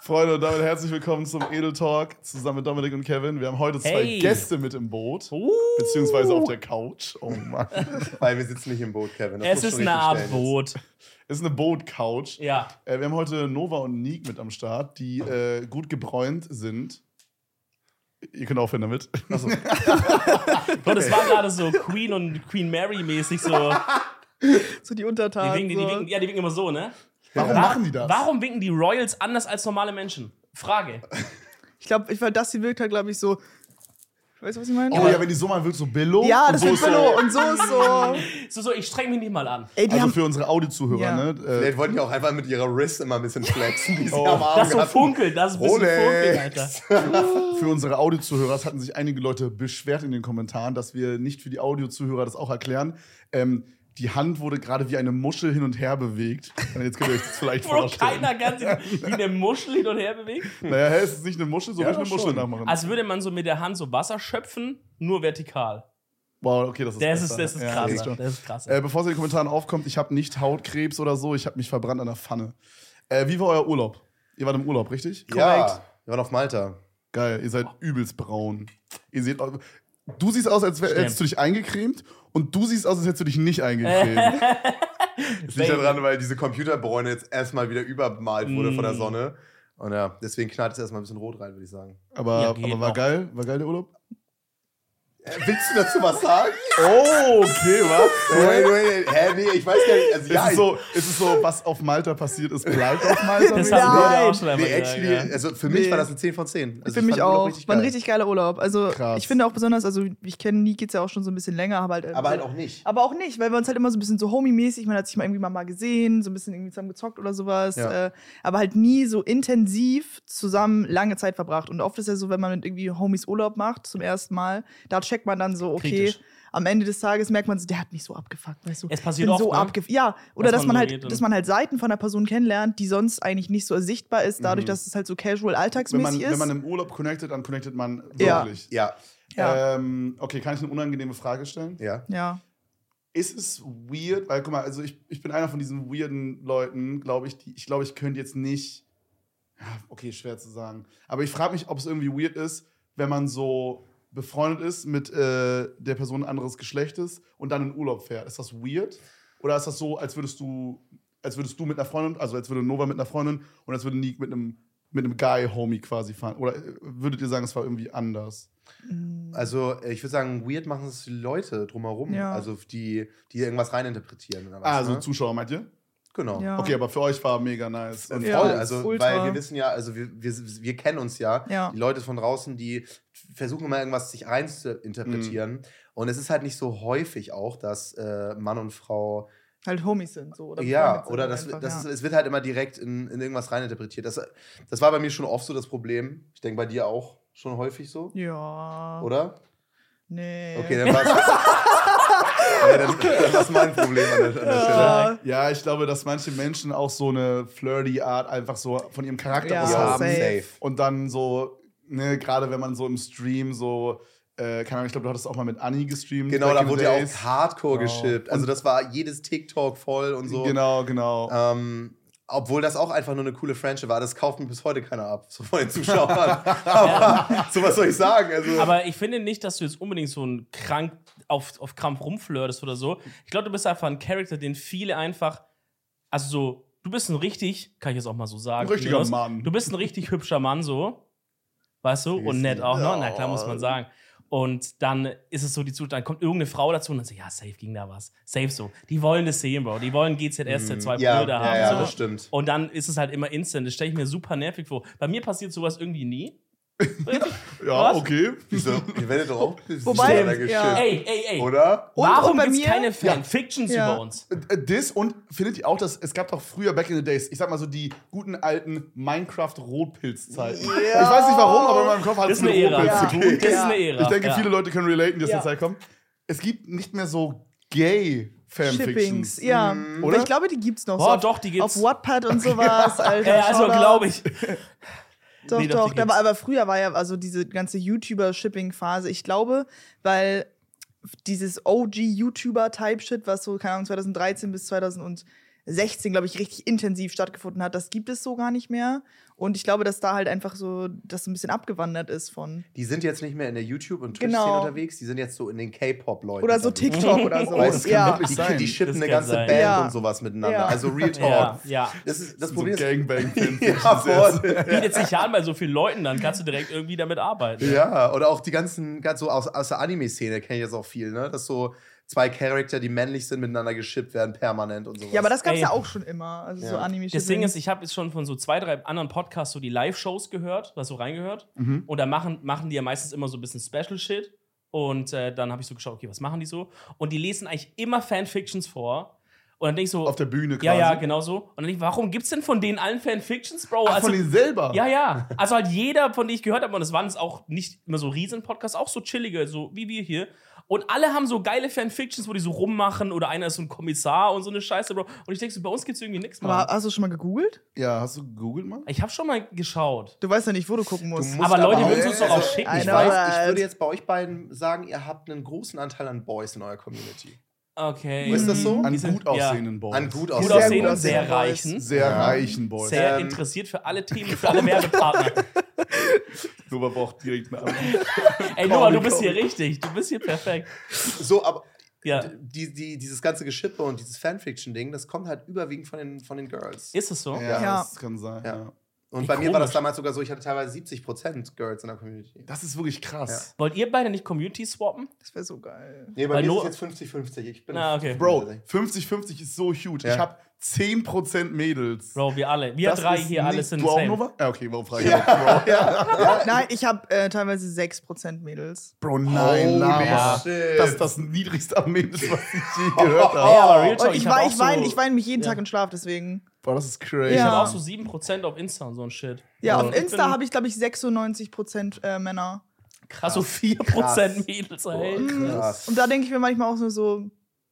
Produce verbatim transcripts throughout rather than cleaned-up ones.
Freunde, und damit herzlich willkommen zum Edel Talk zusammen mit Dominik und Kevin. Wir haben heute zwei Hey. Gäste mit im Boot, Uh. beziehungsweise auf der Couch. Oh Mann. Weil wir sitzen nicht im Boot, Kevin. Das Es musst du ist eine richtig Art stellen Boot. Es ist eine Boot-Couch. Ja. Äh, wir haben heute Nova und Nick mit am Start, die äh, gut gebräunt sind. Ihr könnt aufhören damit. Achso. Gott, es war gerade so Queen und Queen Mary mäßig so. So die Die Untertanen. winken, die, die so. winken, ja, die winken immer so, ne? Warum Wa- machen die das? Warum winken die Royals anders als normale Menschen? Frage. Ich glaube, ich, weil das hier wirkt halt, glaube ich, so. Weißt du, was ich meine? Oh ja, wenn die so machen, wird so Billo. Ja, und das so wird ist so, Billo und so ist so. So, so, ich streng mich nicht mal an. Ey, die Also haben. für unsere Audiozuhörer, Ja. ne? Äh, Vielleicht wollten die auch einfach mit ihrer Wrist immer ein bisschen flexen, die sie Oh. am Arm Das so hatten. funkelt, das ist ein bisschen funkelt, Rolex. Alter. Für unsere Audiozuhörer, es hatten sich einige Leute beschwert in den Kommentaren, dass wir nicht für die Audiozuhörer das auch erklären. Ähm, die Hand wurde gerade wie eine Muschel hin und her bewegt. Und jetzt könnt ihr euch das vielleicht Wo vorstellen. keiner ganz wie eine Muschel hin und her bewegt. Naja, hä, ist es nicht eine Muschel? So Ja, will ich eine doch Muschel schon. nachmachen. Als würde man so mit der Hand so Wasser schöpfen, nur vertikal. Wow, okay, das ist Das ist, besser. das ist Ja, krass. das ist schon. Das ist krass. Äh, bevor es in den Kommentaren aufkommt, ich habe nicht Hautkrebs oder so, ich habe mich verbrannt an der Pfanne. Äh, wie war euer Urlaub? Ihr wart im Urlaub, richtig? Ja, wir waren auf Malta. Geil, ihr seid übelst braun. Ihr seht, au- du siehst aus, als wär- Stimmt. hättest du dich eingecremt und du siehst aus, als hättest du dich nicht eingecremt. Das liegt daran, weil diese Computerbräune jetzt erstmal wieder übermalt wurde von der Mm. Sonne. Und ja, deswegen knallt es erstmal ein bisschen rot rein, würde ich sagen. Aber, Ja, geht aber war noch. geil, war geil der Urlaub? Äh, willst du dazu was sagen? Oh, okay, was? Wait, wait, hä, nee, ich weiß gar nicht. Also, Es, ja, ist ich- so, es ist so, was auf Malta passiert ist, bleibt auf Malta. Das Nein. haben wir auch schon einmal Nee, gesagt, actually, ja. also für mich Nee. war das eine zehn von zehn. Also Für ich mich fand den Urlaub auch. richtig War ein geil. richtig geiler Urlaub. Also, Krass. ich finde auch besonders, also, ich kenne Nick jetzt ja auch schon so ein bisschen länger, aber halt. äh, Aber halt auch nicht. Aber auch nicht, weil wir uns halt immer so ein bisschen so homie-mäßig, man hat sich mal irgendwie mal, mal gesehen, so ein bisschen irgendwie zusammen gezockt oder sowas. Ja. Äh, aber halt nie so intensiv zusammen lange Zeit verbracht. Und oft ist ja so, wenn man mit irgendwie Homies Urlaub macht zum ersten Mal, da checkt man dann so, okay, Kritisch. am Ende des Tages merkt man so, der hat mich so abgefuckt, weißt du. Es passiert bin oft, so ne? abgef- Ja, oder Dass dass, man man so halt, geht und- dass man halt Seiten von einer Person kennenlernt, die sonst eigentlich nicht so sichtbar ist, dadurch, Mhm. dass es halt so casual Wenn alltagsmäßig man, wenn man ist. im Urlaub connectet, dann connectet man Ja. wirklich. Ja, Ja. Ähm, okay, kann ich eine unangenehme Frage stellen? ja. Ja. Ist es weird, weil guck mal, also ich, ich bin einer von diesen weirden Leuten, glaube ich, die, ich glaube, ich könnte jetzt nicht, ja, okay, schwer zu sagen, aber ich frage mich, ob es irgendwie weird ist, wenn man so befreundet ist mit äh, der Person anderes Geschlechtes und dann in Urlaub fährt. Ist das weird? Oder ist das so, als würdest du, als würdest du mit einer Freundin, also als würde Nova mit einer Freundin und als würde Nick mit einem mit einem Guy-Homie quasi fahren? Oder äh, würdet ihr sagen, es war irgendwie anders? Also äh, ich würde sagen, weird machen es die Leute drumherum. Ja. Also die, die irgendwas reininterpretieren oder was. Ah, also ne? Zuschauer, meint ihr? Genau. Ja. Okay, aber für euch war mega nice. Und Ja, voll, also ultra. weil wir wissen ja, also wir, wir, wir kennen uns ja, Ja. die Leute von draußen, die versuchen immer irgendwas sich rein zu interpretieren. Mhm. Und es ist halt nicht so häufig auch, dass äh, Mann und Frau, Halt Homies sind. So, oder ja, befreundet sind oder das, einfach, das ja. Ist, es wird halt immer direkt in, in irgendwas reininterpretiert. Das, das war bei mir schon oft so das Problem. Ich denke bei dir auch schon häufig so, Ja. oder? Nee. Okay, dann war nee, dann, dann war es mein Problem an der, an der Stelle. Ja. Ja, ich glaube, dass manche Menschen auch so eine flirty Art einfach so von ihrem Charakter Ja, aus Ja, haben. safe. Und dann so, ne, gerade wenn man so im Stream so, äh, keine Ahnung, ich glaube, du hattest auch mal mit Anni gestreamt. Genau, back da in the wurde ja days. auch Hardcore Genau. geschippt. Also das war jedes TikTok voll und so. Genau, genau. Ähm, obwohl das auch einfach nur eine coole Friendship war. Das kauft mir bis heute keiner ab, so von den Zuschauern. Aber so was soll ich sagen? Also, Aber ich finde nicht, dass du jetzt unbedingt so ein krank auf, auf Krampf rumflirtest oder so. Ich glaube, du bist einfach ein Charakter, den viele einfach, also so, du bist ein richtig, kann ich jetzt auch mal so sagen. Ein richtiger Linus, Mann. Du bist ein richtig hübscher Mann, so. Weißt du? Und nett auch noch. Na klar, muss man sagen. Und dann ist es so, die Zustand, dann kommt irgendeine Frau dazu und dann so, ja, safe ging da was. Safe so. Die wollen das sehen, Bro. Die wollen G Z S, der zwei ja, Brüder ja, haben. ja, so. das stimmt. Und dann ist es halt immer instant. Das stelle ich mir super nervig vor. Bei mir passiert sowas irgendwie nie. Ja, Was? okay. Wieso? Ihr werdet doch auch Wobei, miteinander ja. geschippt. Ey, ey, ey. Oder? Und- Warum und bei gibt's mir- keine Fanfictions Ja. über uns? Äh, Das und findet ihr auch, dass es gab doch früher back in the days, ich sag mal so die guten alten Minecraft-Rotpilz-Zeiten. Ja. Ich weiß nicht warum, aber in meinem Kopf hat Das es ist mit eine Ära. Rotpilz Ja. zu tun. Das ist Ja. eine Ära. Ich denke, ja. viele Leute können relaten, die aus Ja. der Zeit kommen. Es gibt nicht mehr so gay Fanfictions. Shippings, ja. Oder? Ich glaube, die gibt's noch. Boah, so doch, die gibt's. Auf Wattpad und sowas, Alter. Äh, also Shoutout. glaube ich. Doch, Nee, doch, doch. die Da gibt's. war, aber früher war ja also diese ganze YouTuber-Shipping-Phase. Ich glaube, weil dieses O G-YouTuber-Type-Shit, was so, keine Ahnung, zwanzig dreizehn bis zweitausendsechzehn sechzehn, glaube ich, richtig intensiv stattgefunden hat. Das gibt es so gar nicht mehr. Und ich glaube, dass da halt einfach so, das so ein bisschen abgewandert ist von. Die sind jetzt nicht mehr in der YouTube- und Twitch-Szene Genau. unterwegs, die sind jetzt so in den K-Pop-Leuten. Oder so unterwegs. TikTok oder so. Weißt du, ja. wirklich Die, sein. die schippen Das eine kann ganze sein. Band Ja. und sowas miteinander. Ja. Also Real Talk. Ja, ja. Das, ist, das so Problem ist. Gangbang Ja, voll. Bietet sich ja an bei so vielen Leuten, dann kannst du direkt irgendwie damit arbeiten. Ja, oder auch die ganzen, ganz so aus, aus der Anime-Szene kenne ich jetzt auch viel, ne? Dass so zwei Charakter, die männlich sind, miteinander geschippt werden, permanent und sowas. Ja, aber das gab es Ey. ja auch schon immer. Also so Ja. anime Das Ding ist, ich habe jetzt schon von so zwei, drei anderen Podcasts so die Live-Shows gehört, was so reingehört. Mhm. Und da machen, machen die ja meistens immer so ein bisschen Special-Shit. Und äh, dann habe ich so geschaut, okay, was machen die so? Und die lesen eigentlich immer Fanfictions vor. Und dann denke ich so. Auf der Bühne quasi. Ja, ja, genau so. Und dann denke ich, warum gibt's denn von denen allen Fanfictions, Bro? Ach, Also, von denen selber? ja, ja. Also halt jeder, von denen ich gehört habe, und es waren jetzt auch nicht immer so Riesen-Podcasts, auch so chillige, so wie wir hier. Und alle haben so geile Fanfictions, wo die so rummachen oder einer ist so ein Kommissar und so eine Scheiße, Bro. Und ich denke so, bei uns gibt's irgendwie nichts, Aber Mann. hast du schon mal gegoogelt? Ja, hast du gegoogelt mal? Ich habe schon mal geschaut. Du weißt ja nicht, wo du gucken musst. Du musst Aber Leute auch- würden es uns doch auch also, schicken. I Ich know weiß, that. ich würde jetzt bei euch beiden sagen, ihr habt einen großen Anteil an Boys in eurer Community. Okay. Ist das so? An Die sind- gut aussehenden Boys. An gut Gut aussehenden aussehen und Boys. sehr Boys. reichen. Sehr Ja. reichen Boys. Sehr Ähm, interessiert für alle Themen, für alle Werbepartner. Nova braucht direkt eine Antwort. Ey, Noah, du bist hier richtig. Du bist hier perfekt. So, aber Ja. die, die, dieses ganze Geschippe und dieses Fanfiction-Ding, das kommt halt überwiegend von den, von den Girls. Ist es so? Ja, Ja. das kann sein. Ja. Ja. Und Wie bei mir war das komisch. damals sogar so, ich hatte teilweise siebzig Prozent Girls in der Community. Das ist wirklich krass. Wollt ihr beide nicht Community swappen? Das wäre so geil. Nee, bei Weil mir nur- ist es jetzt fünfzig fünfzig. Ich bin Ah, okay. Bro, fünfzig fünfzig ist so huge. Ja. Ich habe zehn Prozent Mädels. Bro, wir alle. Wir Das drei ist hier, alle nicht- sind du auch, safe. Nova? Ja, okay, warum frage ich ja. Bro? ja. Nein, ich habe äh, teilweise sechs Prozent Mädels. Bro, nein, Holy Lama. shit. Das ist das niedrigste am Mädels, was ich je gehört Ey, habe. aber Real Talk, Und ich, hab wein, auch ich, wein, so, ich weine mich jeden Ja. Tag in Schlaf, deswegen. Boah, das ist crazy. Ich Ja. habe auch so sieben Prozent auf Insta und so ein Shit. Ja, Also, auf ich Insta bin habe ich, glaube ich, sechsundneunzig Prozent äh, Männer. krass so vier Prozent Mädels, ey. Krass. Und da denke ich mir manchmal auch nur so,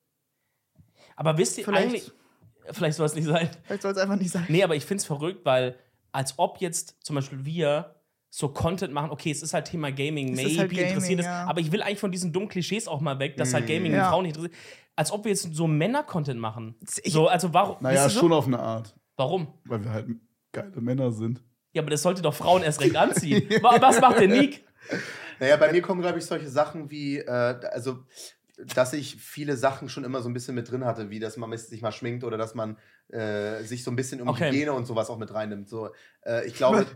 Aber wisst ihr Vielleicht- eigentlich. Vielleicht soll es nicht sein. vielleicht soll es einfach nicht sein. Nee, aber ich find's verrückt, weil als ob jetzt zum Beispiel wir so Content machen, okay, es ist halt Thema Gaming, Es maybe ist halt Gaming, interessiert es, ja. aber ich will eigentlich von diesen dummen Klischees auch mal weg, dass halt Gaming Ja. Frauen nicht interessiert. Als ob wir jetzt so Männer-Content machen. Ich- So, also warum? Naja, wisst ihr schon so? auf eine Art. Warum? Weil wir halt geile Männer sind. Ja, aber das sollte doch Frauen erst recht anziehen. Wa- Was macht der Nick? Naja, bei mir kommen, glaube ich, solche Sachen wie, äh, also, dass ich viele Sachen schon immer so ein bisschen mit drin hatte, wie dass man sich mal schminkt oder dass man äh, sich so ein bisschen um Okay. Hygiene und sowas auch mit reinnimmt. So, äh, ich glaube.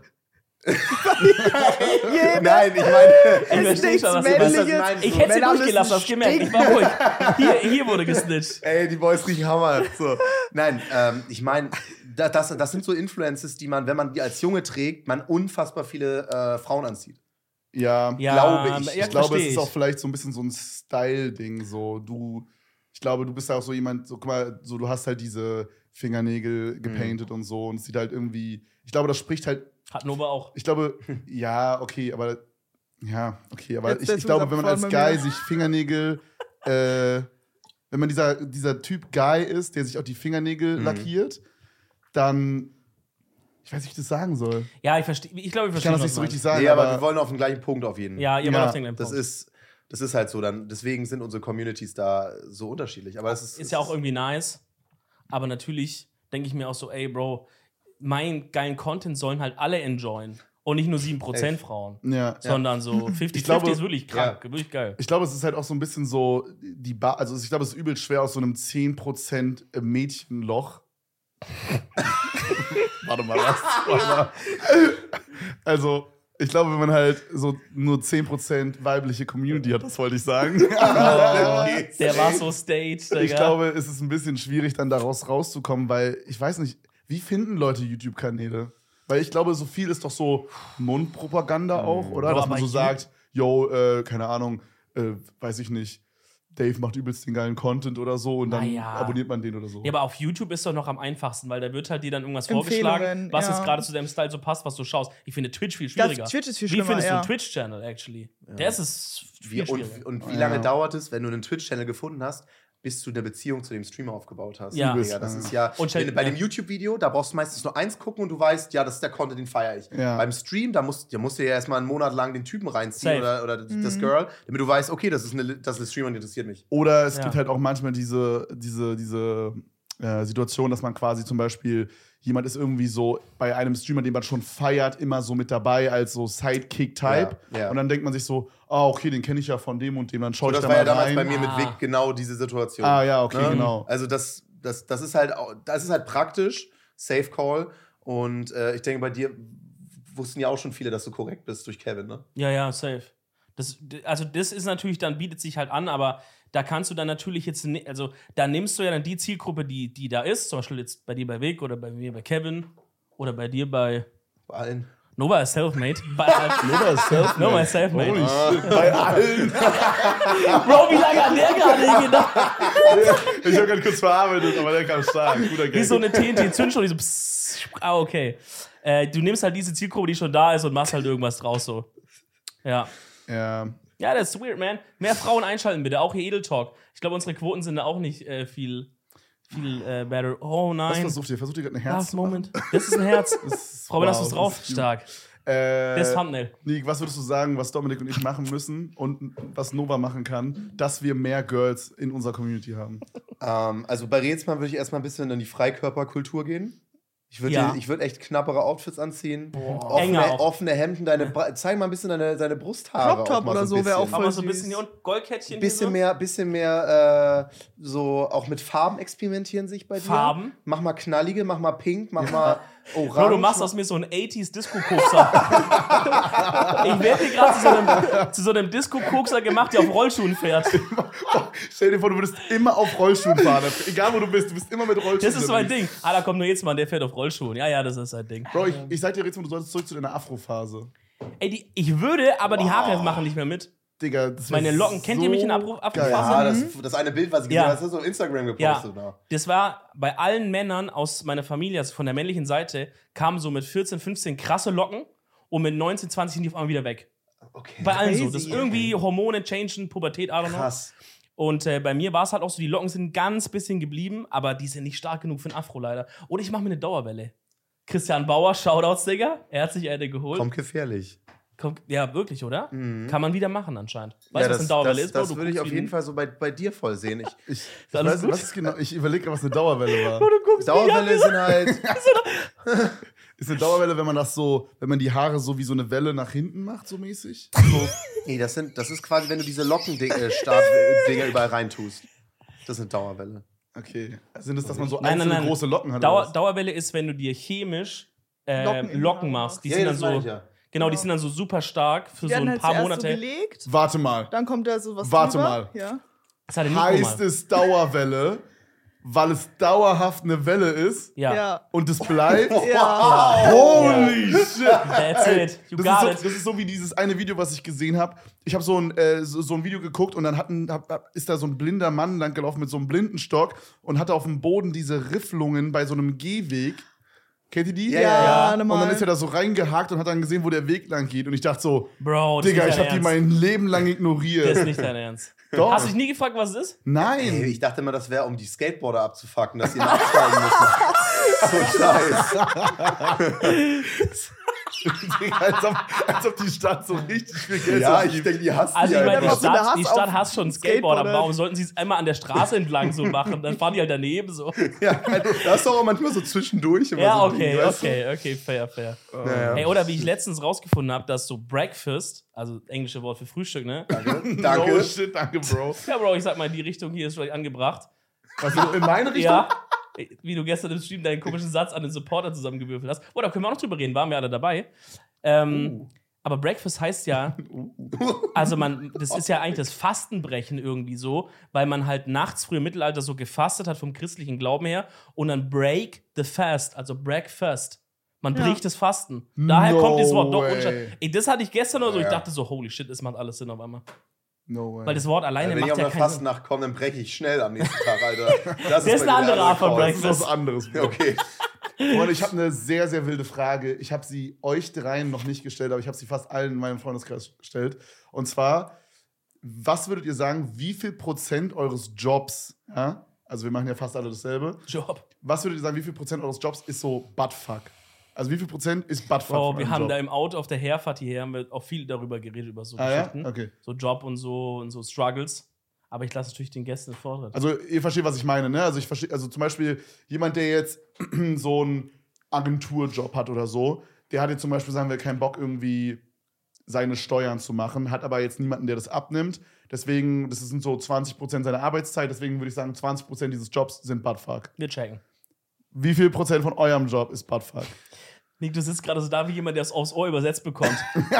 Jeder- Nein, ich meine. Ich verstehe nichts schon, was du Männliches. meinst. Männliches. meinst du? Ich hätte sie Männer durchgelassen, müssen hast gemerkt. Ich war ruhig. Hier, hier wurde gesnitcht. Ey, die Boys riechen Hammer. So. Nein, ähm, ich meine, da, das, das sind so Influences, die man, wenn man die als Junge trägt, man unfassbar viele äh, Frauen anzieht. Ja, Ja, Glaube ich. ja, ich glaube, versteh es ist ich. auch vielleicht so ein bisschen so ein Style-Ding. So, du, ich glaube, du bist ja auch so jemand, so, guck mal, so, du hast halt diese Fingernägel gepainted und so und es sieht halt irgendwie, ich glaube, das spricht halt, Hat Nova auch. ich glaube, ja, okay, aber, ja, okay, aber Jetzt ich, der ich glaube, wenn man als Zusatz von Guy mir. sich Fingernägel, äh, wenn man dieser, dieser Typ Guy ist, der sich auch die Fingernägel Mhm. lackiert, dann, ich weiß nicht, wie ich das sagen soll. Ja, ich verstehe. Ich glaube, ich Ich verstehe. kann das was nicht so du richtig meinst. sagen, Nee, aber, aber, wir wollen auf den gleichen Punkt auf jeden. Ja, ihr Ja, wollt auf den gleichen Das Punkt. ist, das ist halt so. Dann, deswegen sind unsere Communities da so unterschiedlich. Aber das ist, Ist ja auch irgendwie nice. Aber natürlich denke ich mir auch so, ey, Bro, meinen geilen Content sollen halt alle enjoyen. Und nicht nur sieben Prozent Frauen. ja. Sondern so fünfzig Ich glaube- fünfzig ist wirklich krank. Wirklich geil. Ich glaube, es ist halt auch so ein bisschen so, die ba also ich glaube, es ist übelst schwer aus so einem zehn Prozent Mädchenloch. Warte mal, was? Warte mal. Also, ich glaube, wenn man halt so nur zehn Prozent weibliche Community hat, das wollte ich sagen. Der war so staged, Digga. Ich glaube, es ist ein bisschen schwierig, dann daraus rauszukommen, weil ich weiß nicht, wie finden Leute YouTube-Kanäle? Weil ich glaube, so viel ist doch so Mundpropaganda auch, oder? Bro, Dass man aber so you- sagt, yo, äh, keine Ahnung, äh, weiß ich nicht, Dave macht übelst den geilen Content oder so und dann Na ja. abonniert man den oder so. Ja, aber auf YouTube ist doch noch am einfachsten, weil da wird halt dir dann irgendwas Empfehlungen, vorgeschlagen, was ja. jetzt gerade zu deinem Style so passt, was du schaust. Ich finde Twitch viel Das, schwieriger. Twitch ist viel Wie schlimmer, findest du ja. einen Twitch-Channel, actually? Der ist es viel Wie, und, schwieriger. und wie Ja. lange dauert es, wenn du einen Twitch-Channel gefunden hast, bis du eine Beziehung zu dem Streamer aufgebaut hast? Ja. Digga, das ist ja. Und wenn, stell- bei ja. dem YouTube-Video, da brauchst du meistens nur eins gucken und du weißt, ja, das ist der Content, den feiere ich. Ja. Beim Stream, da musst, da musst du ja erstmal einen Monat lang den Typen reinziehen Safe. oder, oder Mhm. das Girl, damit du weißt, okay, das ist eine, das ist eine Streamer, die interessiert mich. Oder es Ja. gibt halt auch manchmal diese, diese, diese äh, Situation, dass man quasi zum Beispiel, jemand ist irgendwie so bei einem Streamer, den man schon feiert, immer so mit dabei als so Sidekick-Type. Ja, ja. Und dann denkt man sich so, ah, okay, den kenne ich ja von dem und dem, dann schaue So, ich das da war mal ja damals rein. bei mir mit Ah. Vic genau diese Situation. Ah, ja, okay, Ne? genau. Also das, das, das ist halt au- das ist halt praktisch, Safe Call. Und äh, ich denke, bei dir wussten ja auch schon viele, dass du korrekt bist durch Kevin, ne? Ja, ja, safe. Das, also das ist natürlich dann, bietet sich halt an, aber da kannst du dann natürlich jetzt, ni- also da nimmst du ja dann die Zielgruppe, die, die da ist, zum Beispiel jetzt bei dir bei Vic oder bei mir bei Kevin oder bei dir bei Bei allen. Nova ist Selfmade. Bei, halt, Nova ist Selfmade. Nova ist Selfmade. Holy shit, bei allen. Bro, wie lange hat der gerade gedacht? Ich habe gerade kurz verarbeitet, aber der kam stark. Guter Wie Gag. so eine T N T-Zündshow, die so pssst. Ah, okay. Äh, du nimmst halt diese Zielgruppe, die schon da ist und machst halt irgendwas draus so. Ja. Ja. Ja, das ist weird, man. Mehr Frauen einschalten bitte, auch hier Edel Talk. Ich glaube, unsere Quoten sind da auch nicht äh, viel, viel äh, better. Oh Was nein. versucht ihr? Versucht ihr gerade ein Herz Last zu machen? Moment. Das ist ein Herz. ist- Frau, lass wow, uns drauf. das ist cute. Stark. Äh, Das Thumbnail. Nick, was würdest du sagen, was Dominik und ich machen müssen und was Nova machen kann, dass wir mehr Girls in unserer Community haben? Ähm, also bei Rätsmann würde ich erstmal ein bisschen in die Freikörperkultur gehen. Ich würde Ja. ich würd echt knappere Outfits anziehen. Enger Offene, auch. offene Hemden, deine Bra- zeig mal ein bisschen deine, deine Brusthaare. Crop Top auch mal oder so so wäre auch bisschen. voll Aber so ein süß. bisschen hier und Goldkettchen Bisschen hier so. mehr, bisschen mehr äh, so auch mit Farben experimentieren sich bei dir. Farben? Mach mal knallige, mach mal pink, mach mal orange. Bro, du machst aus mir so einen achtziger Disco-Kokser. Ich werde hier gerade zu so einem, zu so einem Disco-Kokser gemacht, der auf Rollschuhen fährt. Stell dir vor, du würdest immer auf Rollschuhen fahren. Egal wo du bist, du bist immer mit Rollschuhen. Das ist so ein unterwegs. Ding. Ah, da kommt nur jetzt mal, der fährt auf Rollschuhen. Ja, ja, das ist ein Ding. Bro, ich, ich sag dir jetzt mal, du solltest zurück zu deiner Afro-Phase. Ey, die, ich würde, aber die Haare machen nicht mehr mit. Digga, das wär Meine Locken, kennt so ihr mich in Abruf? geil. Ja, das, das eine Bild, was ich gesehen Ja. habe, das hast du auf Instagram Ja, gepostet. Ja. das war bei allen Männern aus meiner Familie, also von der männlichen Seite, kamen so mit vierzehn, fünfzehn krasse Locken und mit neunzehn, zwanzig sind die auf einmal wieder weg. Okay. Bei allen so. Crazy. Das ist irgendwie Hormone, changen, Pubertät, I don't know. Krass. Und äh, bei mir war es halt auch so, die Locken sind ein ganz bisschen geblieben, aber die sind nicht stark genug für ein Afro leider. Oder ich mache mir eine Dauerwelle. Christian Bauer, Shoutouts, Digga. Er hat sich eine geholt. Kommt gefährlich. Kommt, ja, wirklich, oder? Mhm. Kann man wieder machen anscheinend. Weißt du, Ja, was das eine Dauerwelle das, ist, Bro? das Du würde ich guckst auf wie jeden ein- Fall so bei, bei dir voll sehen. Ich, Ich, ich alles weiß, gut? was ist genau, ich überlege, was eine Dauerwelle war. Du guckst mich an, Dauerwelle sind halt. Ist eine Dauerwelle, wenn man das so, wenn man die Haare so wie so eine Welle nach hinten macht, so mäßig? Nee, das, sind, das ist quasi, wenn du diese Locken-Dinger überall reintust. Das ist eine Dauerwelle. Okay. Sind das, dass man so Nein, nein, einzelne nein. große Locken hat? Dauer, oder was? Dauerwelle ist, wenn du dir chemisch äh, Locken Locken, in die Haare machst. Die Ja, sind ja, dann das meine so, ich ja. genau, die Genau. sind dann so super stark für Die so werden ein halt paar zuerst Monate. so gelegt, Warte mal. dann kommt da so was Warte drüber. mal. Ja. Das hat der Nico Heißt mal. es Dauerwelle, weil es dauerhaft eine Welle ist Ja. Ja. und es bleibt? Ja. Holy shit! That's Ey, it. You das, got ist so, it. das ist so wie dieses eine Video, was ich gesehen habe. Ich habe so, ein, äh, so, so ein Video geguckt und dann hatten, hab, hab, ist da so ein blinder Mann langgelaufen mit so einem Blindenstock und hatte auf dem Boden diese Rifflungen bei so einem Gehweg. Kennt ihr die? Ja, Ja, Ja. Und normal. dann ist er da so reingehakt und hat dann gesehen, wo der Weg lang geht. Und ich dachte so, Bro, das Digga, ist ich nicht habe die dein mein Leben lang Ernst. ignoriert. Das ist nicht dein Ernst. Doch. Hast du dich nie gefragt, was es ist? Nein. Ey, ich dachte immer, das wäre, um die Skateboarder abzufacken, dass sie nachsteigen müssen. So scheiß. Digga, als, ob, als ob die Stadt so richtig viel Geld Ja, ausgibt. ich denke, die hasst Also die ich meine, die einfach. was du da Stadt, die hast Stadt auf hasst schon Skateboarder. Skateboarder. Warum sollten sie es einmal an der Straße entlang so machen? Dann fahren die halt daneben so. Ja, das ist doch auch manchmal so zwischendurch. Immer Ja, so ein okay, Ding, weißt du? okay, okay, fair, fair. Ja, Ey, ja. oder wie ich letztens rausgefunden habe, dass so Breakfast, also englische Wort für Frühstück, ne? Danke. No Danke. shit, danke, Bro. Ja, Bro, ich sag mal, die Richtung hier ist vielleicht angebracht. Was, in meine Richtung? Ja. Wie du gestern im Stream deinen komischen Satz an den Supporter zusammengewürfelt hast. Oh, da können wir auch noch drüber reden, waren wir alle dabei. Ähm, Aber Breakfast heißt ja, also man, das ist ja eigentlich das Fastenbrechen irgendwie so, weil man halt nachts früher im Mittelalter so gefastet hat vom christlichen Glauben her und dann break the fast, also breakfast. Man Ja. bricht das Fasten. Daher No kommt dieses Wort. Doch, way. ohne- Ey, das hatte ich gestern oder so. Ich Ja. dachte so, holy shit, das macht alles Sinn auf einmal. No way. Weil das Wort alleine Also wenn ich macht auf ja eine keinen Sinn. Fastnacht komme, dann breche ich schnell am nächsten Tag, Alter. Das, ist bei eine dir andere der Art von Call. das ist was anderes, Bro. Okay. Und ich habe eine sehr, sehr wilde Frage. Ich habe sie euch dreien noch nicht gestellt, aber ich habe sie fast allen in meinem Freundeskreis gestellt. Und zwar, was würdet ihr sagen, wie viel Prozent eures Jobs, ja, also wir machen ja fast alle dasselbe, Job. was würdet ihr sagen, wie viel Prozent eures Jobs ist so Buttfuck? Also wie viel Prozent ist Buttfuck? Bro, von wir eurem haben Job? da im Auto auf der Herfahrt hierher haben wir auch viel darüber geredet, über so Ah ja? Geschichten. Okay. So Job und so und so Struggles. Aber ich lasse natürlich den Gästen den Vortritt. Also, ihr versteht, was ich meine, ne? Also, ich verstehe, also zum Beispiel jemand, der jetzt so einen Agenturjob hat oder so, der hat jetzt zum Beispiel, sagen wir, keinen Bock, irgendwie seine Steuern zu machen, hat aber jetzt niemanden, der das abnimmt. Deswegen, das sind so zwanzig Prozent seiner Arbeitszeit, deswegen würde ich sagen, zwanzig Prozent dieses Jobs sind Buttfuck. Wir checken. Wie viel Prozent von eurem Job ist Buttfuck? Nick, du sitzt gerade so da wie jemand, der es aufs Ohr übersetzt bekommt.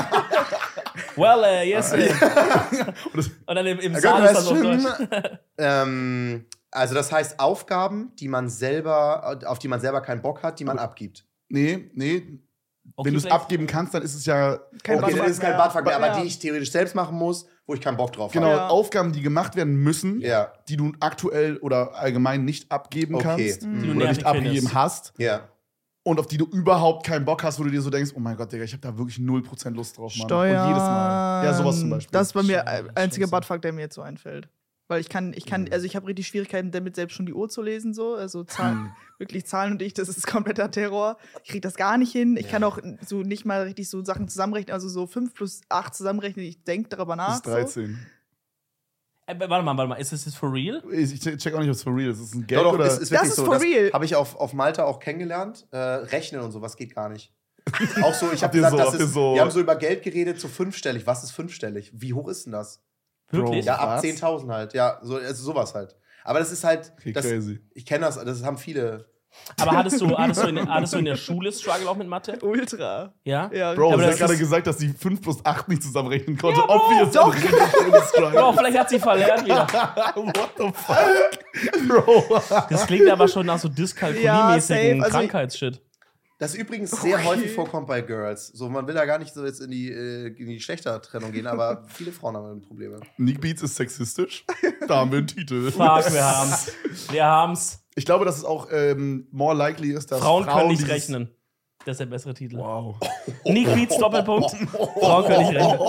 Well, uh, yes. Uh. Und dann im, im Saal ist das auf Deutsch. ähm, also das heißt Aufgaben, die man selber, auf die man selber keinen Bock hat, die man Aber abgibt. Nee, nee. Okay, Wenn du es vielleicht- abgeben kannst, dann ist es ja Kein Okay, dann ist es kein mehr. Badfuck mehr, aber Ja. die ich theoretisch selbst machen muss, wo ich keinen Bock drauf genau habe. Ja. Aufgaben, die gemacht werden müssen, Ja, die du aktuell oder allgemein nicht abgeben Okay. kannst Die du oder nervig nicht abgegeben findest. hast ja. und auf die du überhaupt keinen Bock hast, wo du dir so denkst, oh mein Gott, Digga, ich habe da wirklich null Prozent Lust drauf, Mann. Steuern. Und jedes Mal. Ja, sowas zum Beispiel. Das ist bei mir Steuern, der das einzige stimmt so. Buttfuck, der mir jetzt so einfällt. Weil ich kann, ich kann, also ich habe richtig Schwierigkeiten damit, selbst schon die Uhr zu lesen, so. Also Zahlen, Hm. wirklich Zahlen und ich, das ist kompletter Terror. Ich krieg das gar nicht hin. Ich kann auch so nicht mal richtig so Sachen zusammenrechnen, also so fünf plus acht zusammenrechnen. Ich denke darüber Das nach. ist dreizehn. Äh, warte mal, warte mal. Ist das jetzt for real? Ich ich check auch nicht, ob es for real ist. Ist es ein Gag Doch, doch, oder? es ist wirklich ist so. for Das real. habe ich auf, auf Malta auch kennengelernt. Äh, Rechnen und sowas geht gar nicht. Auch so, ich Habt habe ihr gesagt, so- das habt ihr ist, so- wir haben so über Geld geredet, so fünfstellig. Was ist fünfstellig? Wie hoch ist denn das? Wirklich? Ja, ab Was? zehntausend halt. Ja, so, also sowas halt. Aber das ist halt, Okay, das, crazy. ich kenne das, das haben viele. Aber hattest du, hattest, du in, hattest du in der Schule Struggle auch mit Mathe? Ultra. Ja? Ja, Bro, Aber sie das hat gerade ist- gesagt, dass sie fünf plus acht nicht zusammenrechnen konnte. Ja, Bro, Obvious, doch. ein richtig schönes Struggle. Bro, vielleicht hat sie verlernt wieder. What the fuck? Bro. Das klingt aber schon nach so Ja, dyskalkuliemäßigen safe. Also ich- Krankheitsshit. Das übrigens sehr Okay. häufig vorkommt bei Girls. So, man will da gar nicht so jetzt in die, äh, in die Geschlechtertrennung gehen, aber viele Frauen haben damit Probleme. Nick Beats ist sexistisch. Da haben wir einen Titel. Fuck, wir haben's. Wir haben's. Ich glaube, dass es auch ähm, more likely ist, dass Frauen können nicht dieses- rechnen. Das ist der bessere Titel. Wow. Nick Beats, Doppelpunkt. Frauen können nicht rechnen.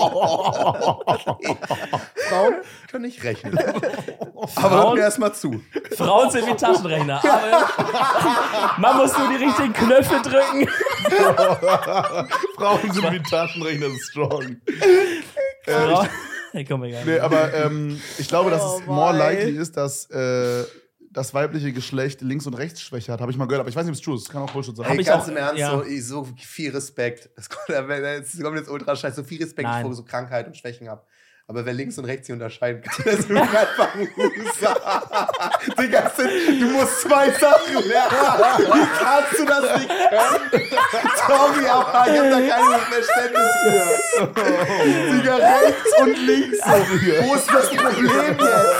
Frauen können nicht rechnen. Aber Frauen- hört mir erstmal zu. Frauen sind wie Taschenrechner. Aber man muss nur die richtigen Knöpfe drücken. Frauen sind wie Taschenrechner strong. Frauen- Hey, komm, egal. Nee, aber ähm, ich glaube, dass Oh es more my. likely ist, dass äh, das weibliche Geschlecht Links- und Rechtsschwäche hat. Habe ich mal gehört, aber ich weiß nicht, ob es true ist. Das kann auch Bullshit sein. Hab Ey, ich ganz auch- im Ernst, ja. so, ich- so viel Respekt. Das kommt, das kommt jetzt ultra scheiße. So viel Respekt, Nein. ich so Krankheit und Schwächen habe. Aber wer links und rechts hier unterscheiden kann, das ist wirklich einfach ein Loser. Digga, es sind- du musst zwei Sachen lernen. Wie kannst du das nicht können? Sorry, aber ich hab da kein Verständnis für. Digga, rechts und links. Wo ist das Problem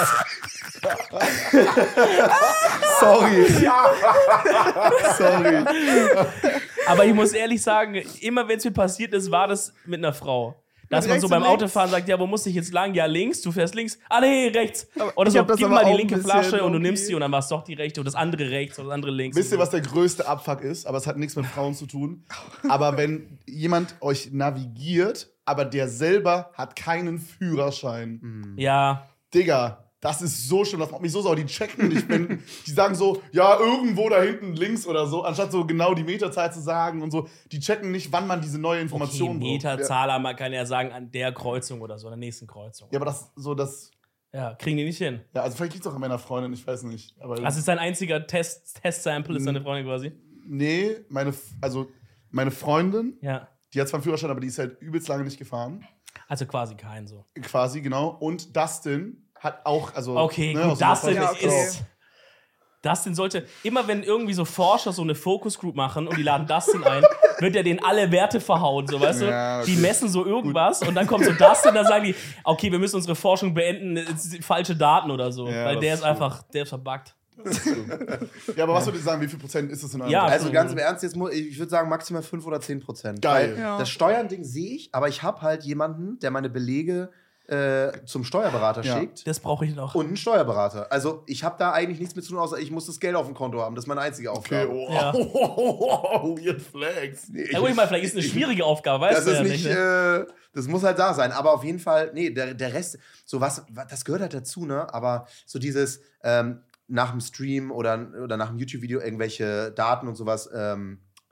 jetzt? Sorry. Sorry. Aber ich muss ehrlich sagen, immer wenn es mir passiert ist, war das mit einer Frau. Dass Mit man so rechts beim und links? Autofahren sagt, ja, wo muss ich jetzt lang? Ja, links, du fährst links. Ah, nee, rechts. Oder ich so, hab das gib aber mal die auch ein linke bisschen, Flasche und du okay. nimmst die und dann war es doch die rechte und das andere rechts und das andere links. Wisst ihr, und so. was der größte Abfuck ist? Aber es hat nichts mit Frauen zu tun. Aber wenn jemand euch navigiert, aber der selber hat keinen Führerschein. Ja, Digga, das ist so schlimm. Das macht mich so sauer. Die checken nicht, wenn die sagen so, ja, irgendwo da hinten links oder so, anstatt so genau die Meterzahl zu sagen und so. Die checken nicht, wann man diese neue okay, Information braucht. Meterzahl, man kann ja sagen, an der Kreuzung oder so, an der nächsten Kreuzung. Ja, aber das so das. Ja, kriegen die nicht hin. Ja, also vielleicht liegt es auch an meiner Freundin, ich weiß nicht. Aber Das ist dein einziger Test, Test-Sample, ist deine Freundin quasi. nee, meine, F- also meine Freundin, Ja. die hat zwar einen Führerschein, aber die ist halt übelst lange nicht gefahren. Also quasi kein so. Quasi, genau. Und Dustin hat auch, also. Okay, ne, gut, aus unserer Dustin Ja, okay. ist. Dustin sollte, immer wenn irgendwie so Forscher so eine Focus Group machen und die laden Dustin ein, wird er denen alle Werte verhauen, so, weißt Ja, du? okay. Die messen so irgendwas und dann kommt so Dustin, dann sagen die, okay, wir müssen unsere Forschung beenden, es sind falsche Daten oder so. Ja, weil das der ist ist einfach, der ist verbuggt. Ja, aber was würdet ihr sagen, wie viel Prozent ist das in eurem Ja, Job? Also schon. ganz im Ernst, jetzt muss, ich würde sagen maximal fünf oder zehn Prozent. Geil. Weil Ja. das Steuern-Ding sehe ich, aber ich habe halt jemanden, der meine Belege äh, zum Steuerberater Ja. schickt. Das brauche ich noch. Und einen Steuerberater. Also ich habe da eigentlich nichts mit zu tun, außer ich muss das Geld auf dem Konto haben. Das ist meine einzige Okay, Aufgabe. oh, Ja. weird flex. Ja, gut, ich meine, vielleicht ist es eine schwierige Aufgabe, weißt Das du ist ja nicht, nicht. Ne? äh, das muss halt da sein. Aber auf jeden Fall, nee, der, der Rest, so was, das gehört halt dazu, ne? Aber so dieses ähm, nach dem Stream oder, oder nach dem YouTube-Video irgendwelche Daten und sowas ähm,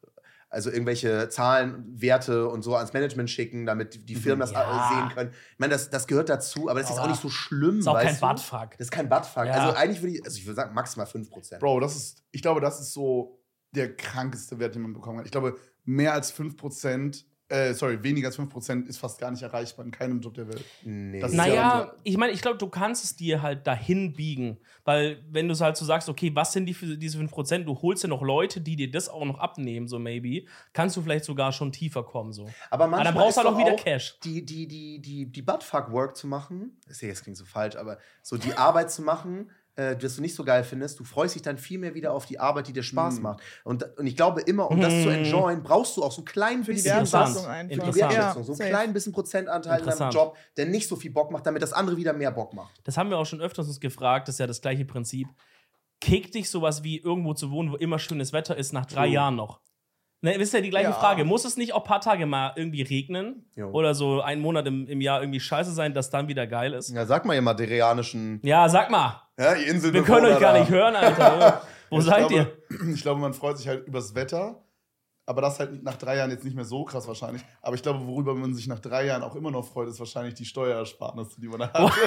Also irgendwelche Zahlen, Werte und so ans Management schicken, damit die Firmen das Ja. sehen können. Ich meine, das, das gehört dazu, aber das ist Aber auch nicht so schlimm, Ist auch kein weißt du? Buttfuck. Das ist kein Buttfuck. Ja. Also eigentlich würde ich, also ich würde sagen, maximal fünf Prozent. Bro, das ist, ich glaube, das ist so der krankeste Wert, den man bekommen kann. Ich glaube, mehr als fünf Prozent, äh, sorry, weniger als fünf Prozent ist fast gar nicht erreichbar in keinem Job der Welt. Nee. Das ist ja Naja, unter- ich meine, ich glaube, du kannst es dir halt dahin biegen. Weil, wenn du halt so sagst, okay, was sind die für diese fünf Prozent? Du holst ja noch Leute, die dir das auch noch abnehmen, so maybe. Kannst du vielleicht sogar schon tiefer kommen, so. Aber Aber manchmal dann brauchst du ist halt auch doch wieder Cash. Die, die, die, die, die Buttfuck-Work zu machen, ist ja, jetzt klingt so falsch, aber so die Arbeit zu machen, äh, das du nicht so geil findest, du freust dich dann viel mehr wieder auf die Arbeit, die dir Spaß Mm. macht. Und, und ich glaube immer, um das zu Mm. enjoyen, brauchst du auch so ein klein Für die bisschen Interessant. Wertschätzung einfach. für die Interessant. Wertschätzung, so ein safe. klein bisschen Prozentanteil in deinem Interessant. Job, der nicht so viel Bock macht, damit das andere wieder mehr Bock macht. Das haben wir auch schon öfters uns gefragt, das ist ja das gleiche Prinzip. Kickt dich sowas wie irgendwo zu wohnen, wo immer schönes Wetter ist, nach drei True. Jahren noch? Ne, ist ja die gleiche Ja. Frage. Muss es nicht auch ein paar Tage mal irgendwie regnen? Jo. Oder so einen Monat im, im Jahr irgendwie scheiße sein, dass dann wieder geil ist? Ja, sag mal ihr maderianischen Ja, sag mal. ja, die Insel. Wir können euch gar nicht hören, Alter. Wo Ich seid glaube, ihr? Ich glaube, man freut sich halt übers Wetter. Aber das halt nach drei Jahren jetzt nicht mehr so krass wahrscheinlich. Aber ich glaube, worüber man sich nach drei Jahren auch immer noch freut, ist wahrscheinlich die Steuerersparnisse, die man da hat.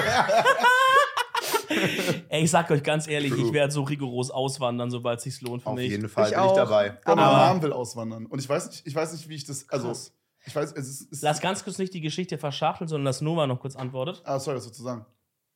Ey, ich sag euch ganz ehrlich, ich werde so rigoros auswandern, sobald es sich lohnt für Auf mich. jeden Fall Ich bin ich auch. dabei. Aber Aber- meine Mom will auswandern. Und ich weiß nicht, ich weiß nicht, wie ich das. Also, Krass. ich weiß, es ist. Es Lass ganz kurz nicht die Geschichte verschachteln, sondern lass Nova noch kurz antwortet. ah, sorry, was sozusagen.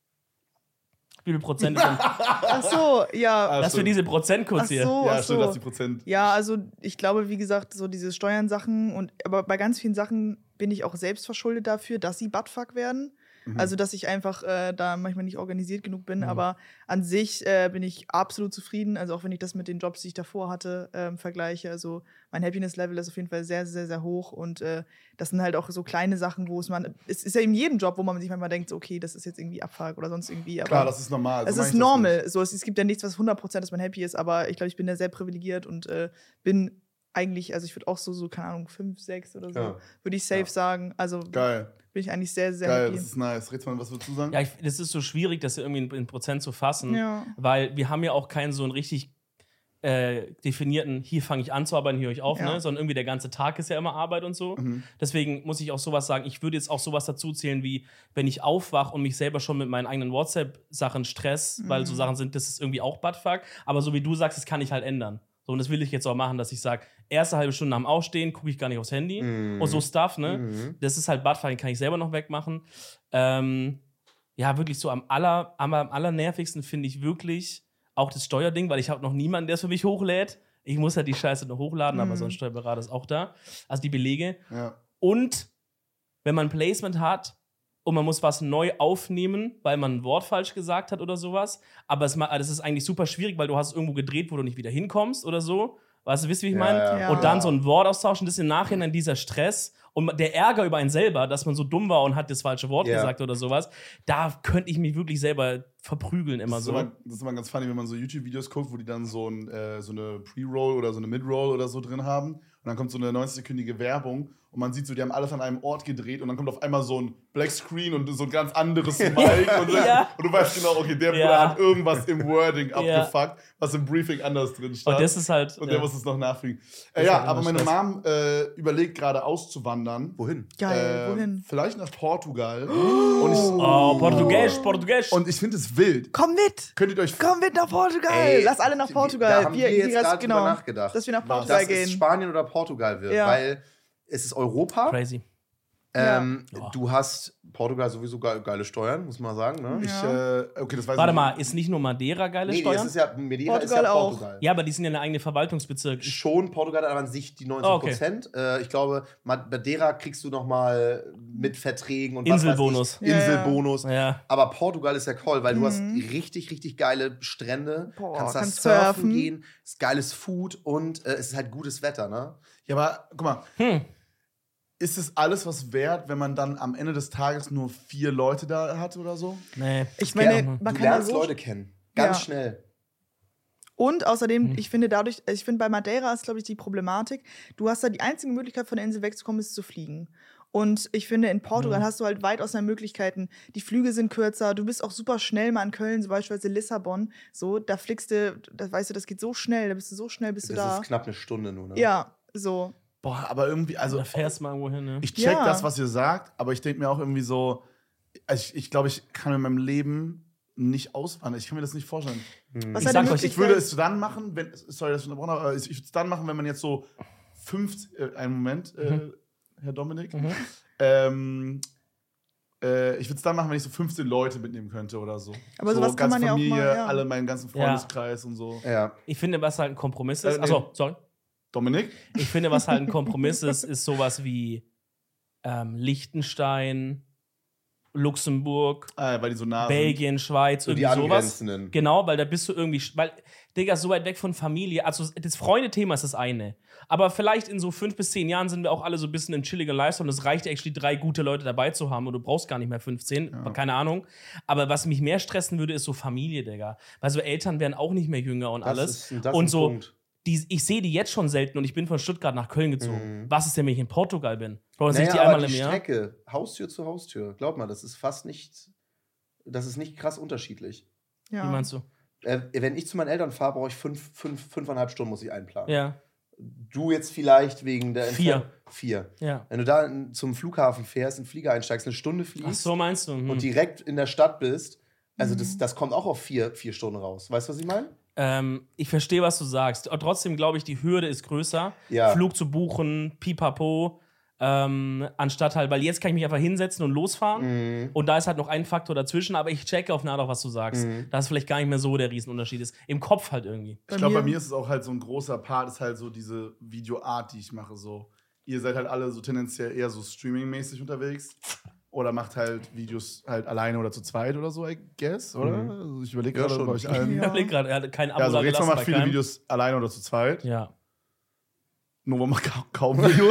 Wie viel Prozent sind Ach so, ja. Ah, Lass für stimmt. diese Prozent kurz Ach hier. so, Ja, ach stimmt, das so. die Prozent. Ja, also ich glaube, wie gesagt, so diese Steuern-Sachen und aber bei ganz vielen Sachen bin ich auch selbst verschuldet dafür, dass sie Buttfuck werden. Mhm. Also, dass ich einfach äh, da manchmal nicht organisiert genug bin. Mhm. Aber an sich äh, bin ich absolut zufrieden. Also, auch wenn ich das mit den Jobs, die ich davor hatte, ähm, vergleiche. Also, mein Happiness-Level ist auf jeden Fall sehr, sehr, sehr hoch. Und äh, das sind halt auch so kleine Sachen, wo es man. Es ist ja in jedem Job, wo man sich manchmal denkt, so, okay, das ist jetzt irgendwie Abfuck oder sonst irgendwie. Aber Klar, das ist normal. so es meine ist ich das normal. nicht. So, es, es gibt ja nichts, was hundert Prozent, dass man happy ist. Aber ich glaube, ich bin da sehr privilegiert und äh, bin eigentlich, also ich würde auch so, so, keine Ahnung, fünf, sechs oder so, Ja. würde ich safe Ja. sagen. Also Geil, bin ich eigentlich sehr, sehr geil, happy. das ist nice. Rätsmann, was würdest du sagen? Ja, ich, das ist so schwierig, das irgendwie in, in Prozent zu fassen, Ja. weil wir haben ja auch keinen so einen richtig äh, definierten, hier fange ich an zu arbeiten, hier höre ich auf, Ja. ne? Sondern irgendwie der ganze Tag ist ja immer Arbeit und so. Mhm. Deswegen muss ich auch sowas sagen. Ich würde jetzt auch sowas dazu zählen, wie wenn ich aufwache und mich selber schon mit meinen eigenen WhatsApp-Sachen stress, weil so Mhm. Sachen sind, das ist irgendwie auch Buttfuck. Aber so wie du sagst, das kann ich halt ändern. So, und das will ich jetzt auch machen, dass ich sage, erste halbe Stunde nach dem Aufstehen gucke ich gar nicht aufs Handy Mhm. und so Stuff, ne? Mhm. Das ist halt Buttfuck, den kann ich selber noch wegmachen. Ähm, ja, wirklich so am, aller, am, am allernervigsten finde ich wirklich auch das Steuerding, weil ich habe noch niemanden, der es für mich hochlädt. Ich muss halt die Scheiße noch hochladen, aber Mhm. so ein Steuerberater ist auch da. Also die Belege. Ja. Und wenn man ein Placement hat und man muss was neu aufnehmen, weil man ein Wort falsch gesagt hat oder sowas, aber es, ma- das ist eigentlich super schwierig, weil du hast es irgendwo gedreht, wo du nicht wieder hinkommst oder so. Weißt du, wisst ihr, wie ich Ja, meine? ja. Ja. Und dann so ein Wort austauschen, das ist im Nachhinein dieser Stress und der Ärger über einen selber, dass man so dumm war und hat das falsche Wort Ja. gesagt oder sowas, da könnte ich mich wirklich selber verprügeln immer Das ist, so. immer, das ist immer ganz funny, wenn man so YouTube-Videos guckt, wo die dann so, ein, äh, so eine Pre-Roll oder so eine Mid-Roll oder so drin haben. Und dann kommt so eine neunzig-sekündige Werbung und man sieht so, die haben alles an einem Ort gedreht und dann kommt auf einmal so ein Black Screen und so ein ganz anderes Mic. und, Ja. und du weißt genau, okay, der Ja. Bruder hat irgendwas im Wording Ja. abgefuckt, was im Briefing anders drin stand. Und das ist halt. Und der ja. muss es noch nachfliegen. Das Äh, ist ja, halt aber immer meine Stress. Mom äh, überlegt gerade auszuwandern. Wohin? Geil, Äh, wohin? Vielleicht nach Portugal. Und ich, Oh, Portugiesisch, Portugiesisch. und ich finde es wild. Komm mit! Könntet ihr euch Komm mit nach Portugal! Ey, Lass alle nach die- Portugal. Da haben wir, jetzt das- gerade genau, drüber nachgedacht. dass wir nach Was? Portugal dass es gehen. Spanien oder Portugal wird, Ja. weil es ist Europa. Crazy. Ähm, Ja. Du hast Portugal sowieso ge geile Steuern, muss man sagen. Ne? Ich, Ja. äh, okay, das weiß Warte ich mal, nicht. ist nicht nur Madeira geile Nee, nee, Steuern? es ist ja, Madeira Portugal ist ja auch. Portugal. Ja, aber die sind ja eine eigene Verwaltungsbezirk. Schon, Portugal hat aber an sich die neunzig Prozent. Äh, ich glaube, Madeira kriegst du noch mal mit Verträgen und Inselbonus. was weiß ich. Ja, ja. Inselbonus. Ja. Aber Portugal ist ja cool, weil du Mhm. hast richtig, richtig geile Strände. Boah, kannst da kannst surfen, surfen. gehen. Es ist geiles Food und äh, es ist halt gutes Wetter, ne? Ja, aber guck mal, Hm. ist es alles was wert, wenn man dann am Ende des Tages nur vier Leute da hat oder so? Nee. Ich meine, Ja. man du kann ja lernst so Leute kennen. Ganz Ja. schnell. Und außerdem, Mhm. ich finde dadurch, ich finde bei Madeira ist, glaube ich, die Problematik, du hast da die einzige Möglichkeit, von der Insel wegzukommen, ist zu fliegen. Und ich finde, in Portugal Mhm. hast du halt weitaus mehr Möglichkeiten. Die Flüge sind kürzer, du bist auch super schnell mal in Köln, so beispielsweise Lissabon. So, da fliegst du, da weißt du, das geht so schnell, da bist du so schnell, bist du Das da. ist knapp eine Stunde nur, ne? Ja, So. Boah, aber irgendwie, also Da fährst du mal irgendwo hin, ne? ich check Ja. das, was ihr sagt, aber ich denke mir auch irgendwie so, also ich, ich glaube, ich kann in meinem Leben nicht auswandern. Ich kann mir das nicht vorstellen. Was Ich hat sag die euch, Ich würde Möglichkeit- es dann machen, wenn, sorry, dass ich unterbrochen habe, aber ich würde es dann machen, wenn man jetzt so fünfzig, äh, einen Moment, äh, Mhm. Herr Dominik, Mhm. ähm, äh, ich würde es dann machen, wenn ich so fünfzehn Leute mitnehmen könnte oder so. Aber so sowas kann ganze man ja auch Familie, mal, ja. alle meinen ganzen Freundeskreis und so. Ja. Ich finde, was halt ein Kompromiss ist. Äh, nee. Achso, sorry. Dominik? Ich finde, was halt ein Kompromiss ist, ist sowas wie ähm, Liechtenstein, Luxemburg, Ah, weil die so nah Belgien, Schweiz, So die irgendwie sowas. angrenzenden. Genau, weil da bist du irgendwie, weil, Digga, so weit weg von Familie. Also das Freundethema ist das eine. Aber vielleicht in so fünf bis zehn Jahren sind wir auch alle so ein bisschen im chilligen Lifestyle und es reicht actually, drei gute Leute dabei zu haben und du brauchst gar nicht mehr fünfzehn, Ja. keine Ahnung. Aber was mich mehr stressen würde, ist so Familie, Digga. Weil so Eltern werden auch nicht mehr jünger und Das alles. ist- das und ist ein so, Punkt. die, ich sehe die jetzt schon selten und ich bin von Stuttgart nach Köln gezogen. Mhm. Was ist denn, wenn ich in Portugal bin? Bro, dann sehe Naja, ich die aber einmal die im Jahr. Strecke, Haustür zu Haustür, glaub mal, das ist fast nicht, das ist nicht krass unterschiedlich. Ja. Wie meinst du? Äh, wenn ich zu meinen Eltern fahre, brauche ich fünf, fünf, fünfeinhalb Stunden muss ich einplanen. Ja, Du jetzt vielleicht wegen der Vier. Entfernung- Vier. ja. Wenn du da in, zum Flughafen fährst, in den Flieger einsteigst, eine Stunde Ach fliegst so, meinst du? Hm. und direkt in der Stadt bist, also Mhm. das, das kommt auch auf vier, vier Stunden raus. Weißt du, was ich meine? Ähm, ich verstehe, was du sagst. Aber trotzdem glaube ich, die Hürde ist größer, Ja. Flug zu buchen, pipapo, ähm, anstatt halt, weil jetzt kann ich mich einfach hinsetzen und losfahren. Mhm. Und da ist halt noch ein Faktor dazwischen, aber ich checke auf Nadar, was du sagst. Mhm. Dass es vielleicht gar nicht mehr so der Riesenunterschied ist. Im Kopf halt irgendwie. Ich glaube, bei mir ist es auch halt so ein großer Part, ist halt so diese Videoart, die ich mache. So. Ihr seid halt alle so tendenziell eher so streaming-mäßig unterwegs. Oder macht halt Videos halt alleine oder zu zweit oder so, I guess, oder? Mhm. Also ich überlege Ja, gerade schon. bei euch allen. Ja. Ich überleg gerade, er hat kein Abo Ja, also da Rätsel gelassen macht bei viele keinem. Videos alleine oder zu zweit. Ja. Nova macht ka kaum Videos.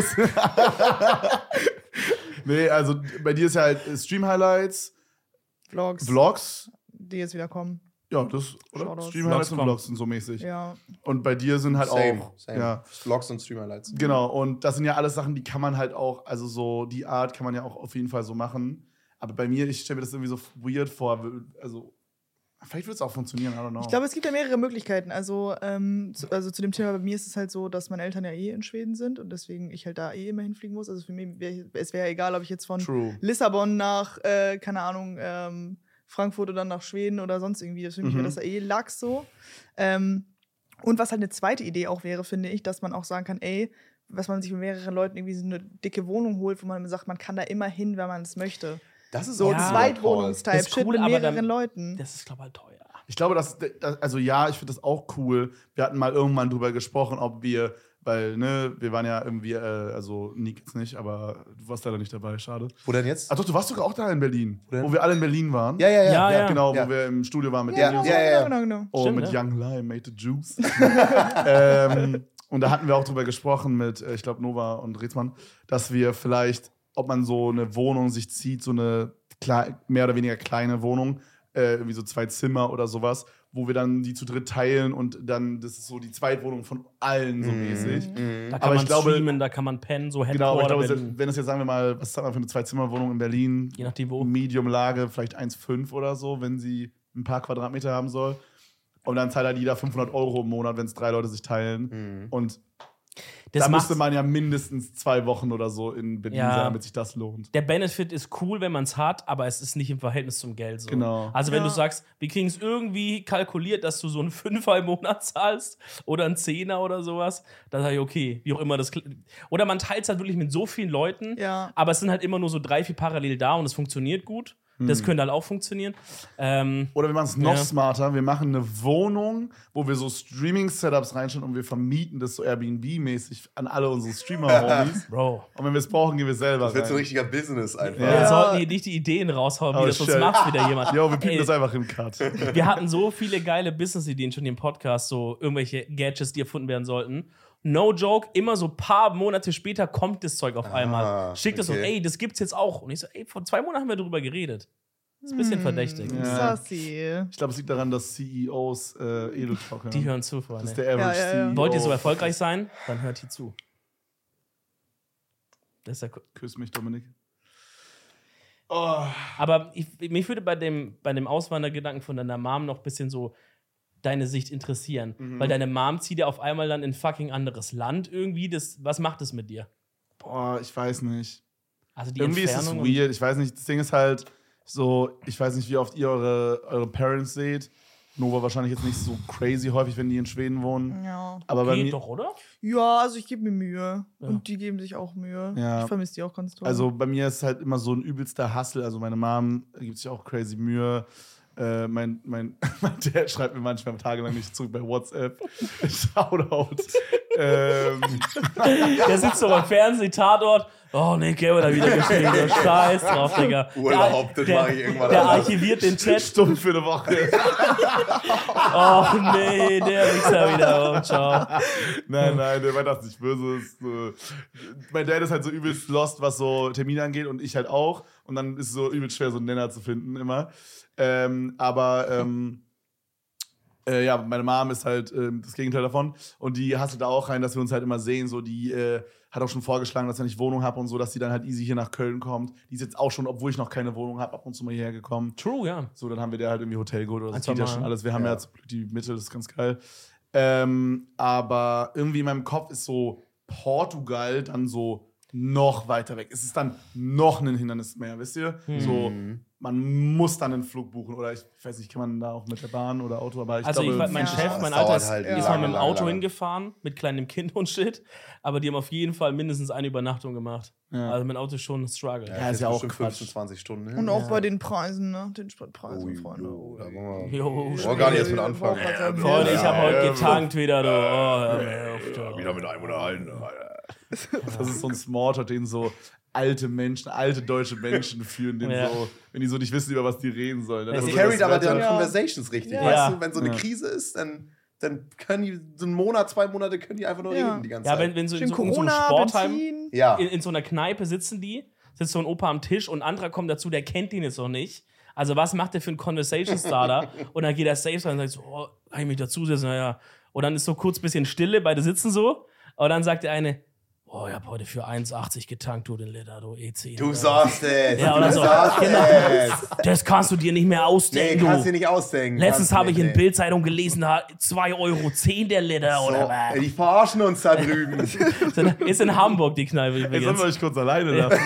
Nee, also bei dir ist ja halt Stream-Highlights, Vlogs, Vlogs. die jetzt wieder kommen. Ja, das, oder? Shoutouts. Stream-Highlights und Vlogs Vlogs sind so mäßig. Ja. Und bei dir sind halt Same, auch. same. Ja, Vlogs und Stream-Highlights. genau. Und das sind ja alles Sachen, die kann man halt auch, also so die Art kann man ja auch auf jeden Fall so machen. Aber bei mir, ich stelle mir das irgendwie so weird vor. Also, vielleicht wird es auch funktionieren, I don't know. Ich glaube, es gibt ja mehrere Möglichkeiten. Also, ähm, zu, also zu dem Thema, bei mir ist es halt so, dass meine Eltern ja eh in Schweden sind und deswegen ich halt da eh immer hinfliegen muss. Also für mich, wär, es wäre egal, ob ich jetzt von True. Lissabon nach, äh, keine Ahnung, ähm, Frankfurt oder nach Schweden oder sonst irgendwie. Das für mich Mhm. wäre das ja eh Lachs so. Ähm, und was halt eine zweite Idee auch wäre, finde ich, dass man auch sagen kann, ey, was man sich mit mehreren Leuten irgendwie so eine dicke Wohnung holt, wo man sagt, man kann da immer hin, wenn man es möchte. Das ist So auch Ja. ein Zweitwohnungstype, Das ist Shit cool, mit aber mehreren dann- Leuten. Das ist, glaube ich, halt teuer. Ich glaube, dass, dass also ja, ich finde das auch cool. Wir hatten mal irgendwann drüber gesprochen, ob wir, weil, ne, wir waren ja irgendwie, äh, also Nick jetzt nicht, aber du warst leider nicht dabei, schade. Wo denn jetzt? Ach doch, du warst sogar auch da in Berlin, Wo denn? wo wir alle in Berlin waren. Ja, ja, ja. Ja, ja. Genau, Ja. wo wir im Studio waren mit Ja, Daniel. ja, ja. genau, genau. Oh, Stimmt, mit ja. Young Lime, made the juice. ähm, und da hatten wir auch drüber gesprochen mit, äh, ich glaube, Nova und Rätsmann, dass wir vielleicht, ob man so eine Wohnung sich zieht, so eine klei- mehr oder weniger kleine Wohnung, äh, irgendwie so zwei Zimmer oder sowas, wo wir dann die zu dritt teilen und dann, das ist so die Zweitwohnung von allen so mäßig. Mhm. Da kann Aber man ich glaube- streamen, da kann man pennen, so Genau, aber ich Headquarter glaube, Berlin. wenn es jetzt, sagen wir mal, was hat man für eine Zwei-Zimmer-Wohnung in Berlin? Je nachdem wo. Medium-Lage, vielleicht eins Komma fünf oder so, wenn sie ein paar Quadratmeter haben soll. Und dann zahlt halt jeder fünfhundert Euro im Monat, wenn es drei Leute sich teilen. Mhm. Und Das da macht- müsste man ja mindestens zwei Wochen oder so in Berlin Ja. sein, damit sich das lohnt. Der Benefit ist cool, wenn man es hat, aber es ist nicht im Verhältnis zum Geld so. Genau. Also wenn Ja. du sagst, wir kriegen es irgendwie kalkuliert, dass du so einen Fünfer im Monat zahlst oder einen Zehner oder sowas, dann sage ich, okay, wie auch immer das klingt. Oder man teilt es halt wirklich mit so vielen Leuten, Ja. aber es sind halt immer nur so drei, vier parallel da und es funktioniert gut. Hm. Das könnte halt auch funktionieren. Ähm, Oder wir machen es noch Ja. smarter. Wir machen eine Wohnung, wo wir so Streaming-Setups reinstellen und wir vermieten das so Airbnb-mäßig an alle unsere Streamer-Homies. Bro. Und wenn wir es brauchen, gehen wir selber Das wird so rein. richtiger Business einfach. Ja. Wir sollten hier nicht die Ideen raushauen, wie Oh, das sonst shit. macht wieder jemand. Jo, wir piepen Ey, das einfach im Cut. Wir hatten so viele geile Business-Ideen schon im Podcast, so irgendwelche Gadgets, die erfunden werden sollten. No joke, immer so ein paar Monate später kommt das Zeug auf einmal. Schickt es okay. und ey, das gibt's jetzt auch. Und ich so, ey, vor zwei Monaten haben wir darüber geredet. Das ist ein bisschen verdächtig. Hm, Ja. Sassy. Ich glaube, es liegt daran, dass C E Os äh, Edeltalk hören. Die hören zu, Das Freunde. ist der Average Ja, ja, ja. C E O. Wollt ihr so erfolgreich sein? Dann hört hier zu. Das ist ja cool. Küss mich, Dominik. Oh. Aber ich, mich würde bei dem, bei dem Auswandergedanken von deiner Mom noch ein bisschen so deine Sicht interessieren. Mhm. Weil deine Mom zieht ja auf einmal dann in ein fucking anderes Land irgendwie. Das, was macht das mit dir? Boah, ich weiß nicht. Also die Irgendwie ist es Entfernung und- weird. Ich weiß nicht, das Ding ist halt so, ich weiß nicht, wie oft ihr eure, eure Parents seht. Nova wahrscheinlich jetzt nicht so crazy häufig, wenn die in Schweden wohnen. Ja. Aber bei Geht mir, doch, oder? Ja, also ich gebe mir Mühe. Ja. Und die geben sich auch Mühe. Ja. Ich vermisse die auch ganz toll. also bei mir ist es halt immer so ein übelster Hustle. Also meine Mom gibt sich auch crazy Mühe. Äh, mein, mein, mein Dad schreibt mir manchmal tagelang nicht zurück bei WhatsApp. Shoutout. ähm, Der sitzt so beim Fernsehen, Tatort. Oh, nee, Gary da wieder geschrieben. So, Scheiß drauf, Digga. Urlaub, das der, mache ich irgendwann Der anders. archiviert den Chat. stumm für eine Woche. Och, nee, der Wichser wieder. Oh, ciao. Nein, nein, der meint das nicht böse. Ist, äh, mein Dad ist halt so übelst lost, was so Termine angeht und ich halt auch. Und dann ist es so übelst schwer, so einen Nenner zu finden immer. Ähm, aber ähm, äh, ja, meine Mom ist halt ähm, das Gegenteil davon. Und die hasselt da auch rein, dass wir uns halt immer sehen. So, die äh, hat auch schon vorgeschlagen, dass wenn ich Wohnung habe und so, dass die dann halt easy hier nach Köln kommt. Die ist jetzt auch schon, obwohl ich noch keine Wohnung habe, ab und zu mal hierher gekommen. True, ja. So, dann haben wir der halt irgendwie Hotel geholt oder so. Einfach Das geht ja mal. schon alles. Wir haben ja, Ja. jetzt die Mitte, das ist ganz geil. Ähm, aber irgendwie in meinem Kopf ist so Portugal dann so noch weiter weg. Es ist dann noch ein Hindernis mehr, wisst ihr? Hm. So, Mhm. man muss dann einen Flug buchen. Oder ich, ich weiß nicht, kann man da auch mit der Bahn oder Auto? Aber ich Also glaube, ich, mein Ja. Chef, Das mein dauert Alter ist, halt ist mal lange, mit dem lange, Auto lange. hingefahren, mit kleinem Kind und Shit. Aber die haben auf jeden Fall mindestens eine Übernachtung gemacht. Ja. Also mein Auto ist schon ein Struggle. Ja, ist ja auch bestimmt Quatsch. fünfzehn, zwanzig Stunden. hin. Und auch Ja. bei den Preisen, ne? Den Spritpreisen, Ui, Freunde. oh, da wollen wir- Jo, Wollen wir gar nicht erst mit anfangen. Ja, Freunde, ich habe Ja, heute ja. getankt wieder, du. Oh, hör mir auf, du. Ja, wieder mit einem oder allen. das ist so ein Smalltalk, den so alte Menschen, alte deutsche Menschen führen, den Ja. so, wenn die so nicht wissen, über was die reden sollen. Dann Das ist Das so carried aber Wetter. dann Ja. Conversations richtig. Ja. Weißt du, wenn so eine Ja. Krise ist, dann, dann können die so einen Monat, zwei Monate können die einfach nur Ja. reden die ganze Ja, Zeit. wenn, wenn so in Schön so, in so einem Corona, Sportheim, Benzin. ja. in, in so einer Kneipe sitzen die, sitzt so ein Opa am Tisch und ein anderer kommt dazu, der kennt den jetzt noch nicht. Also was macht der für einen Conversation Starter? Und dann geht er safe rein und sagt so, oh, kann ich mich dazusetzen? Naja. Und dann ist so kurz ein bisschen Stille, beide sitzen so. Und dann sagt der eine, oh, ich habe heute für eins achtzig getankt, du den Liter, du E C. Du sagst es. Ja, oder du so. sagst Genau. es. Das kannst du dir nicht mehr Nee, ausdenken, kannst du du. nicht ausdenken. Letztens Kannst du habe ich nicht, in nee. Bildzeitung gelesen, da zwei Euro zehn der Liter, So, oder ey, was? die verarschen uns da drüben. Ist in Hamburg die Kneipe Ey, sollen übrigens. wir euch kurz alleine lassen?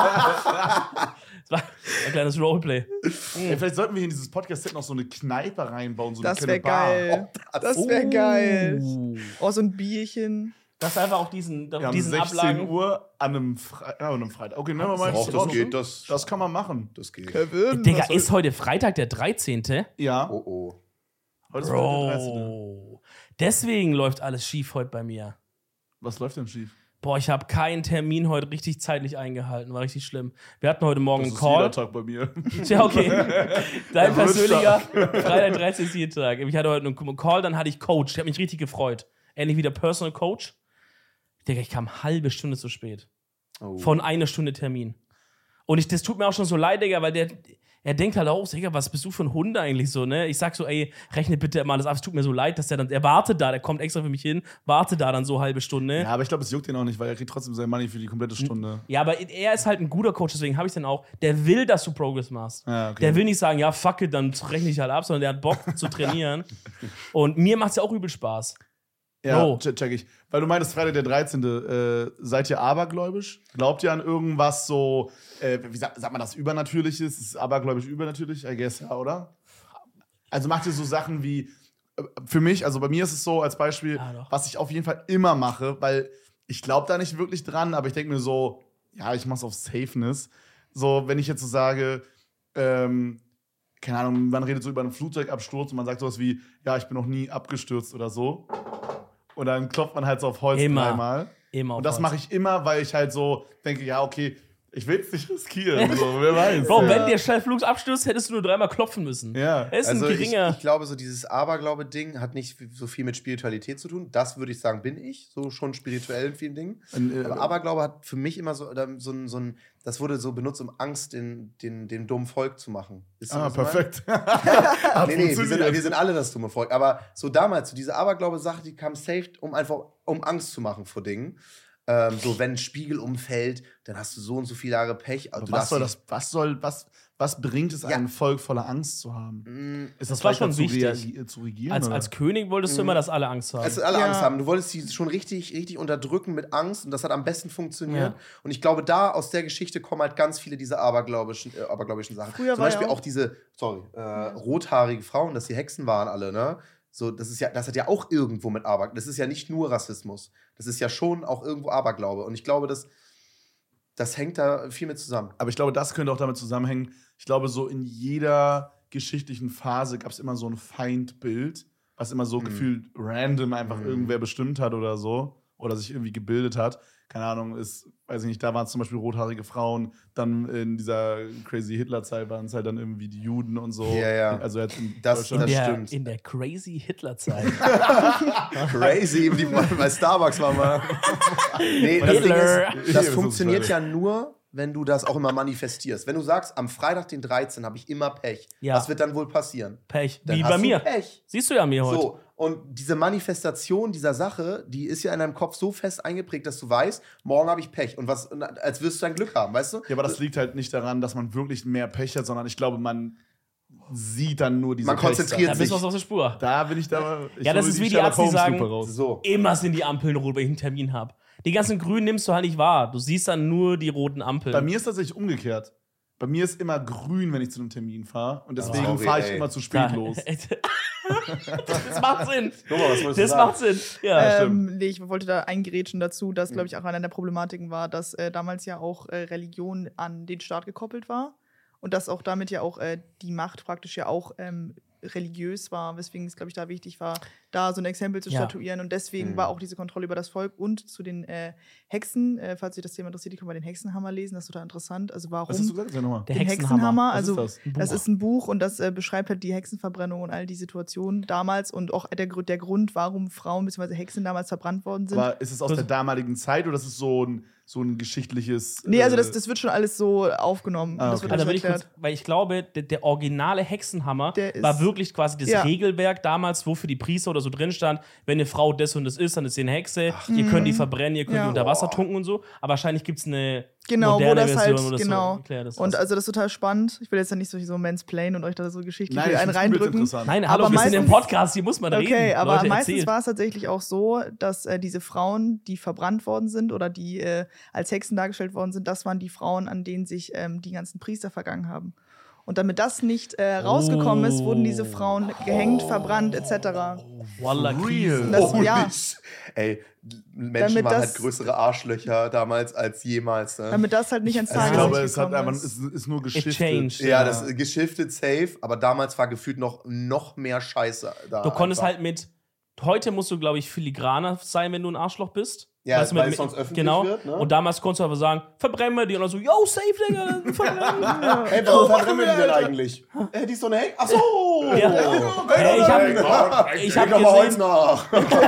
Das war ein kleines Roleplay. Ey, vielleicht sollten wir hier in dieses Podcast-Set noch so eine Kneipe reinbauen, so eine Das kleine wäre Bar. geil. Das Oh. wäre geil. Oh, so ein Bierchen. Das ist einfach auch diesen, Wir haben diesen sechzehn Ablagen. Uhr an einem, Fre ja, an einem Freitag. Okay, nehmen wir mal. Auch das geht, das, Das kann man machen. das geht. Kevin. Digga, was soll- ist heute Freitag der dreizehnte? Ja, Oh, oh. heute ist Freitag der dreizehnte. Bro. Deswegen läuft alles schief heute bei mir. Was läuft denn schief? Boah, ich habe keinen Termin heute richtig zeitlich eingehalten. War richtig schlimm. Wir hatten heute Morgen Das einen ist jeder Call. Tag bei mir. Ja, okay. Dein Der persönlicher Freitag dreizehnte ist jeden Tag. Ich hatte heute einen Call, dann hatte ich Coach. Ich habe mich richtig gefreut. Endlich wieder Personal Coach. Digga, ich kam eine halbe Stunde zu spät. Oh. Von einer Stunde Termin. Und ich, das tut mir auch schon so leid, Digga, weil der, er denkt halt auch, Digga, was bist du für ein Hund eigentlich so, ne? Ich sag so, ey, rechne bitte immer alles ab. Es tut mir so leid, dass der dann, er wartet da, der kommt extra für mich hin, wartet da dann so eine halbe Stunde. Ja, aber ich glaube, es juckt ihn auch nicht, weil er kriegt trotzdem sein Money für die komplette Stunde. Ja, aber er ist halt ein guter Coach, deswegen habe ich dann auch, der will, dass du Progress machst. Ja, okay. Der will nicht sagen, ja, fuck it, dann rechne ich halt ab, sondern der hat Bock zu trainieren. Und mir macht's ja auch übel Spaß. Ja, Oh. che- check ich. Weil du meintest, Freitag der dreizehnte. Äh, seid ihr abergläubisch? Glaubt ihr an irgendwas so, äh, wie sagt, sagt man das, Übernatürliches? Ist abergläubisch übernatürlich? I guess, ja, oder? Also macht ihr so Sachen wie, äh, für mich, also bei mir ist es so, als Beispiel, Ja, doch. was ich auf jeden Fall immer mache, weil ich glaube da nicht wirklich dran, aber ich denke mir so, ja, ich mach's auf Safeness. So, wenn ich jetzt so sage, ähm, keine Ahnung, man redet so über einen Flugzeugabsturz und man sagt sowas wie, ja, ich bin noch nie abgestürzt oder so. Und dann klopft man halt so auf Holz Immer. dreimal. Immer Und das mache ich immer, weil ich halt so denke, ja, okay, ich will es nicht riskieren. So, wer weiß. Bro, ja. wenn der Schallflug abstürzt, hättest du nur dreimal klopfen müssen. Ja. Er ist Also ein ich, geringer. ich glaube, so dieses Aberglaube-Ding hat nicht so viel mit Spiritualität zu tun. Das würde ich sagen, bin ich. So schon spirituell in vielen Dingen. Und, äh, Aber Aberglaube hat für mich immer so, oder so, ein, so ein, das wurde so benutzt, um Angst den, den, dem dummen Volk zu machen. Ist so, ah, was ich meine? perfekt. Hat Nee, nee, wir sind, funktioniert. wir sind alle das dumme Volk. Aber so damals, so diese Aberglaube-Sache, die kam safe, um einfach um Angst zu machen vor Dingen. Ähm, so, wenn ein Spiegel umfällt, dann hast du so und so viele Jahre Pech. Also, was soll das, was soll, was, was bringt es, Ja. ein Volk voller Angst zu haben? Mm, Ist Das war schon zu, wichtig. reagi- zu regieren? Als, oder? als König wolltest du immer, dass alle Angst haben. Also alle Ja. Angst haben. Du wolltest sie schon richtig, richtig unterdrücken mit Angst und das hat am besten funktioniert. Ja. Und ich glaube, da aus der Geschichte kommen halt ganz viele dieser abergläubischen, äh, abergläubischen Sachen. Früher Zum war Beispiel ja auch, auch- diese, sorry, äh, rothaarige Frauen, dass die Hexen waren alle, ne? So, das ist ja, das hat ja auch irgendwo mit Aberglaube. Das ist ja nicht nur Rassismus. Das ist ja schon auch irgendwo Aberglaube. Und ich glaube, das, das hängt da viel mit zusammen. Aber ich glaube, das könnte auch damit zusammenhängen. Ich glaube, so in jeder geschichtlichen Phase gab es immer so ein Feindbild, was immer so Mhm. gefühlt random einfach Mhm. irgendwer bestimmt hat oder so. Oder sich irgendwie gebildet hat. Keine Ahnung, ist, weiß ich nicht, da waren es zum Beispiel rothaarige Frauen. Dann in dieser crazy Hitler-Zeit waren es halt dann irgendwie die Juden und so. Ja, ja. Also jetzt in Das- Deutschland. in, der, stimmt. in der crazy Hitler-Zeit. Crazy, die bei Starbucks waren wir. Nee, das Ding Hitler. ist, das Ja, funktioniert das ja nur, wenn du das auch immer manifestierst. Wenn du sagst, am Freitag, den dreizehnten habe ich immer Pech. Ja. Was wird dann wohl passieren? Pech. Dann Wie hast bei du mir. Pech. Siehst du ja mir heute. So, und diese Manifestation dieser Sache, die ist ja in deinem Kopf so fest eingeprägt, dass du weißt, morgen habe ich Pech. Und was, und als wirst du dann Glück haben, weißt du? Ja, aber das liegt halt nicht daran, dass man wirklich mehr Pech hat, sondern ich glaube, man sieht dann nur diese Man konzentriert Da Pechsachen. bist du sich. auf der Spur. Da bin ich da. Ich Ja, das hole ist wie die Sherlock Ärzte, die Holmes sagen- Lupe raus. So. Immer sind die Ampeln rot, wenn ich einen Termin habe. Die ganzen Grünen nimmst du halt nicht wahr. Du siehst dann nur die roten Ampeln. Bei mir ist tatsächlich umgekehrt. Bei mir ist immer grün, wenn ich zu einem Termin fahre. Und deswegen Sorry, fahre ich ey. immer zu spät Da- los. das macht Sinn. Guck mal, was wolltest du Das sagen? macht Sinn. Ja. stimmt. Ähm, nee, ich wollte da eingerätschen dazu, dass, glaube ich, auch einer der Problematiken war, dass äh, damals ja auch äh, Religion an den Staat gekoppelt war und dass auch damit ja auch äh, die Macht praktisch ja auch ähm, religiös war, weswegen es, glaube ich, da wichtig war, da so ein Exempel zu Ja. statuieren. Und deswegen Mhm. war auch diese Kontrolle über das Volk und zu den äh, Hexen, äh, falls euch das Thema interessiert, ich kann mal den Hexenhammer lesen, das ist total interessant. Also warum Was hast du gesagt? Sag nochmal. Der den Hexenhammer. Hexenhammer, Was also ist das? Ein das Buch. ist ein Buch und das äh, beschreibt halt die Hexenverbrennung und all die Situationen damals und auch der, Grund- der Grund, warum Frauen bzw. Hexen damals verbrannt worden sind. Aber ist es aus der damaligen Zeit oder ist es so ein, so ein geschichtliches. Nee, also äh, das, das wird schon alles so aufgenommen. Ah, Das okay. wird Also alles will ich kurz, erklärt. weil ich glaube, der, der originale Hexenhammer Der ist- war wirklich quasi das Ja. Regelwerk damals, wo für die Priester oder so drin stand, wenn eine Frau das und das ist, dann ist sie eine Hexe, ihr könnt die verbrennen, ihr könnt Ja. die unter Wasser tunken und so. Aber wahrscheinlich gibt es eine Genau, wo moderne das halt, Version, wo das genau. so erklärt ist. Und also das ist total spannend. Ich will jetzt ja nicht so, so mansplainen und euch da so geschichtlich Nein, ich einen find's übelst reindrücken. interessant. Nein, hallo, aber wir sind im meistens- Podcast, hier muss man reden. Okay, aber Leute, meistens erzählt. war es tatsächlich auch so, dass äh, diese Frauen, die verbrannt worden sind oder die äh, als Hexen dargestellt worden sind, das waren die Frauen, an denen sich ähm, die ganzen Priester vergangen haben. Und damit das nicht äh, rausgekommen ist, wurden diese Frauen gehängt, verbrannt et cetera. Wallah, Real. Krise. Das- Holy ja. sh- Ey, Menschen Damit waren das- halt größere Arschlöcher damals als jemals. Ne? Damit das halt nicht ans Also ich Tageslicht glaube, es hat gekommen einfach, ist. es ist nur It geschiftet. changed. ja, das ist geschiftet safe, aber damals war gefühlt noch, noch mehr Scheiße da. Du konntest einfach. halt mit. Heute musst du, glaube ich, filigraner sein, wenn du ein Arschloch bist. Ja, Weißt du, weil mit- es sonst öffentlich genau. wird, ne? Und damals konntest du einfach sagen, verbrennen wir die. Und dann so, yo, safe, Digga, verbrennen. Ey, warum verbrennen wir die denn eigentlich? Äh, die ist so eine Hex. Ach so! Ja. Hey, ich hab, ich hab Leg doch mal Holz gesehen, nach.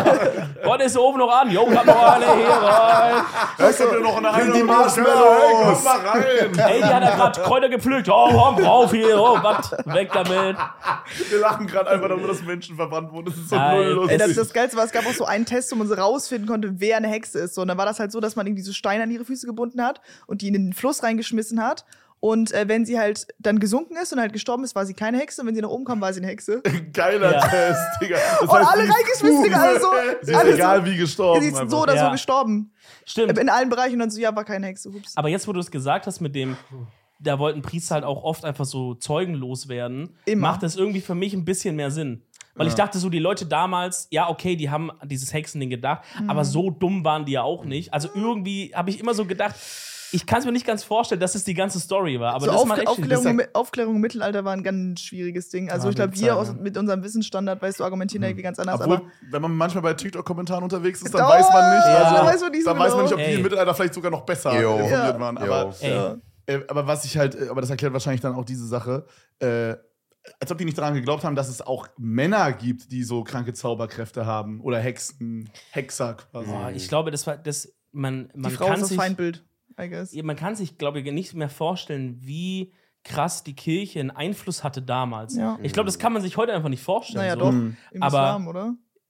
Gott ist oben noch an. Yo, komm noch alle hier rein. Weißt du, noch eine Bring die Hey, Marshmallows. komm mal rein. Ey, die hat ja gerade Kräuter gepflückt. Oh, komm drauf hier. Oh, was? Weg damit. Wir lachen gerade einfach darüber, dass Menschen verbrannt wurden. Das ist so Nein. null Ey, lustig. das, das Geilste war, es gab auch so einen Test, wo man so rausfinden konnte, wer eine Hexe ist. So, und dann war das halt so, dass man irgendwie so Steine an ihre Füße gebunden hat und die in den Fluss reingeschmissen hat. Und äh, wenn sie halt dann gesunken ist und halt gestorben ist, war sie keine Hexe. Und wenn sie nach oben kam, war sie eine Hexe. Geiler Ja. Test, Digga. Das Und alle die ist reingeschmissen, gut. Digga, alle so- Sie ist alle so- egal wie gestorben. sie ist so einfach. oder Ja. so gestorben. Stimmt. In allen Bereichen. Und dann so, ja, war keine Hexe. Ups. Aber jetzt, wo du es gesagt hast mit dem, da wollten Priester halt auch oft einfach so zeugenlos werden, Immer. macht das irgendwie für mich ein bisschen mehr Sinn. Weil ich dachte so, die Leute damals, ja, okay, die haben dieses Hexending gedacht, Mhm. aber so dumm waren die ja auch nicht. Also irgendwie habe ich immer so gedacht, ich kann es mir nicht ganz vorstellen, dass es die ganze Story war. Aber so das Auf, macht echt Aufklärung, Sinn. im- Aufklärung im Mittelalter war ein ganz schwieriges Ding. Also Ja, ich glaube, mit wir Zeit, aus, ja. mit unserem Wissensstandard, weißt du, argumentieren ja irgendwie ganz anders. Obwohl, aber wenn man manchmal bei TikTok-Kommentaren unterwegs ist, dann Oh, weiß man nicht, ja. also, dann weiß man nicht so dann weiß man nicht, ob genau. die Ey. im Mittelalter vielleicht sogar noch besser Jo. informiert Ja. waren. Jo. Aber, Ey. ja. äh, aber was ich halt, äh, aber das erklärt wahrscheinlich dann auch diese Sache, äh, als ob die nicht daran geglaubt haben, dass es auch Männer gibt, die so kranke Zauberkräfte haben. Oder Hexen, Hexer quasi. Boah, ich glaube, das war, das, man, man die Frau kann ist das sich, Feindbild, I guess. man kann sich, glaube ich, nicht mehr vorstellen, wie krass die Kirche einen Einfluss hatte damals. Ja. Ich glaube, das kann man sich heute einfach nicht vorstellen. Naja, so. doch. Mhm. Im Aber- Islam, oder?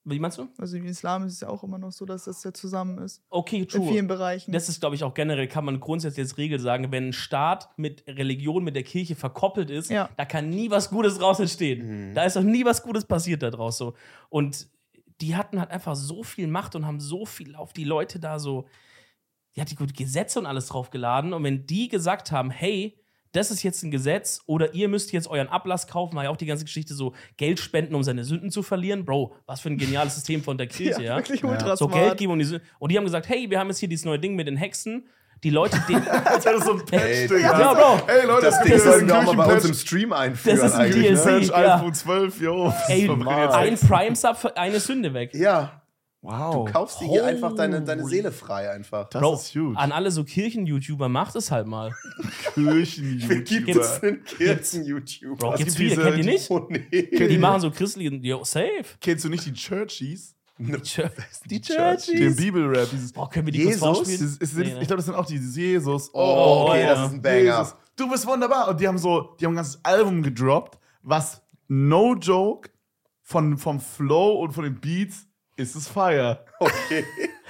Wie meinst du? Also im Islam ist es ja auch immer noch so, dass das ja zusammen ist. Okay, true. In vielen Bereichen. Das ist, glaube ich, auch generell, kann man grundsätzlich als Regel sagen, wenn ein Staat mit Religion, mit der Kirche verkoppelt ist, Ja. da kann nie was Gutes draus entstehen. Mhm. Da ist doch nie was Gutes passiert da draus so. Und die hatten halt einfach so viel Macht und haben so viel auf die Leute da so, die hat die gute Gesetze und alles draufgeladen. Und wenn die gesagt haben, hey, das ist jetzt ein Gesetz oder ihr müsst jetzt euren Ablass kaufen, war ja auch die ganze Geschichte so, Geld spenden, um seine Sünden zu verlieren. Bro, was für ein geniales System von der Kirche, ja. Wirklich Ja. ultra So smart. Geld geben und die, Sünden. Und die haben gesagt, hey, wir haben jetzt hier dieses neue Ding mit den Hexen. Die Leute, die, Als wäre das so ein Patch, Ey, Digga. ja, Bro. Ey, Leute, Das es Ding gibt hier sollten wir auch einen mal bei uns im Kirchenpatch. Stream einführen. Das ist ein eigentlich, D L C. ne? Patch ja. iPhone zwölf, yo. ey, verbringen jetzt ein echt- Prime-Sub für eine Sünde weg. Ja, Wow. du kaufst dir hier Holy. einfach deine, deine Seele frei einfach. Das Bro, ist huge. an alle so Kirchen-YouTuber, macht es halt mal. Kirchen-YouTuber. Gibt es einen Kirchen-YouTuber? Bro, Es gibt's gibt viele, diese- kennt ihr nicht? Oh nee. Die machen so christlichen, yo, safe. Kennst du nicht die Churchies? Die, Chur die Die Churchies. Den Bibelrap. Dieses, Boah, können wir die Jesus? kurz das vorspielen? ist, ist, Nee, ich ne? glaube, das sind auch die dieses Jesus. Oh, okay, ja. das ist ein Banger. Jesus. Du bist wunderbar. Und die haben so, die haben ein ganzes Album gedroppt, was no joke von, vom Flow und von den Beats ist es Fire. Okay.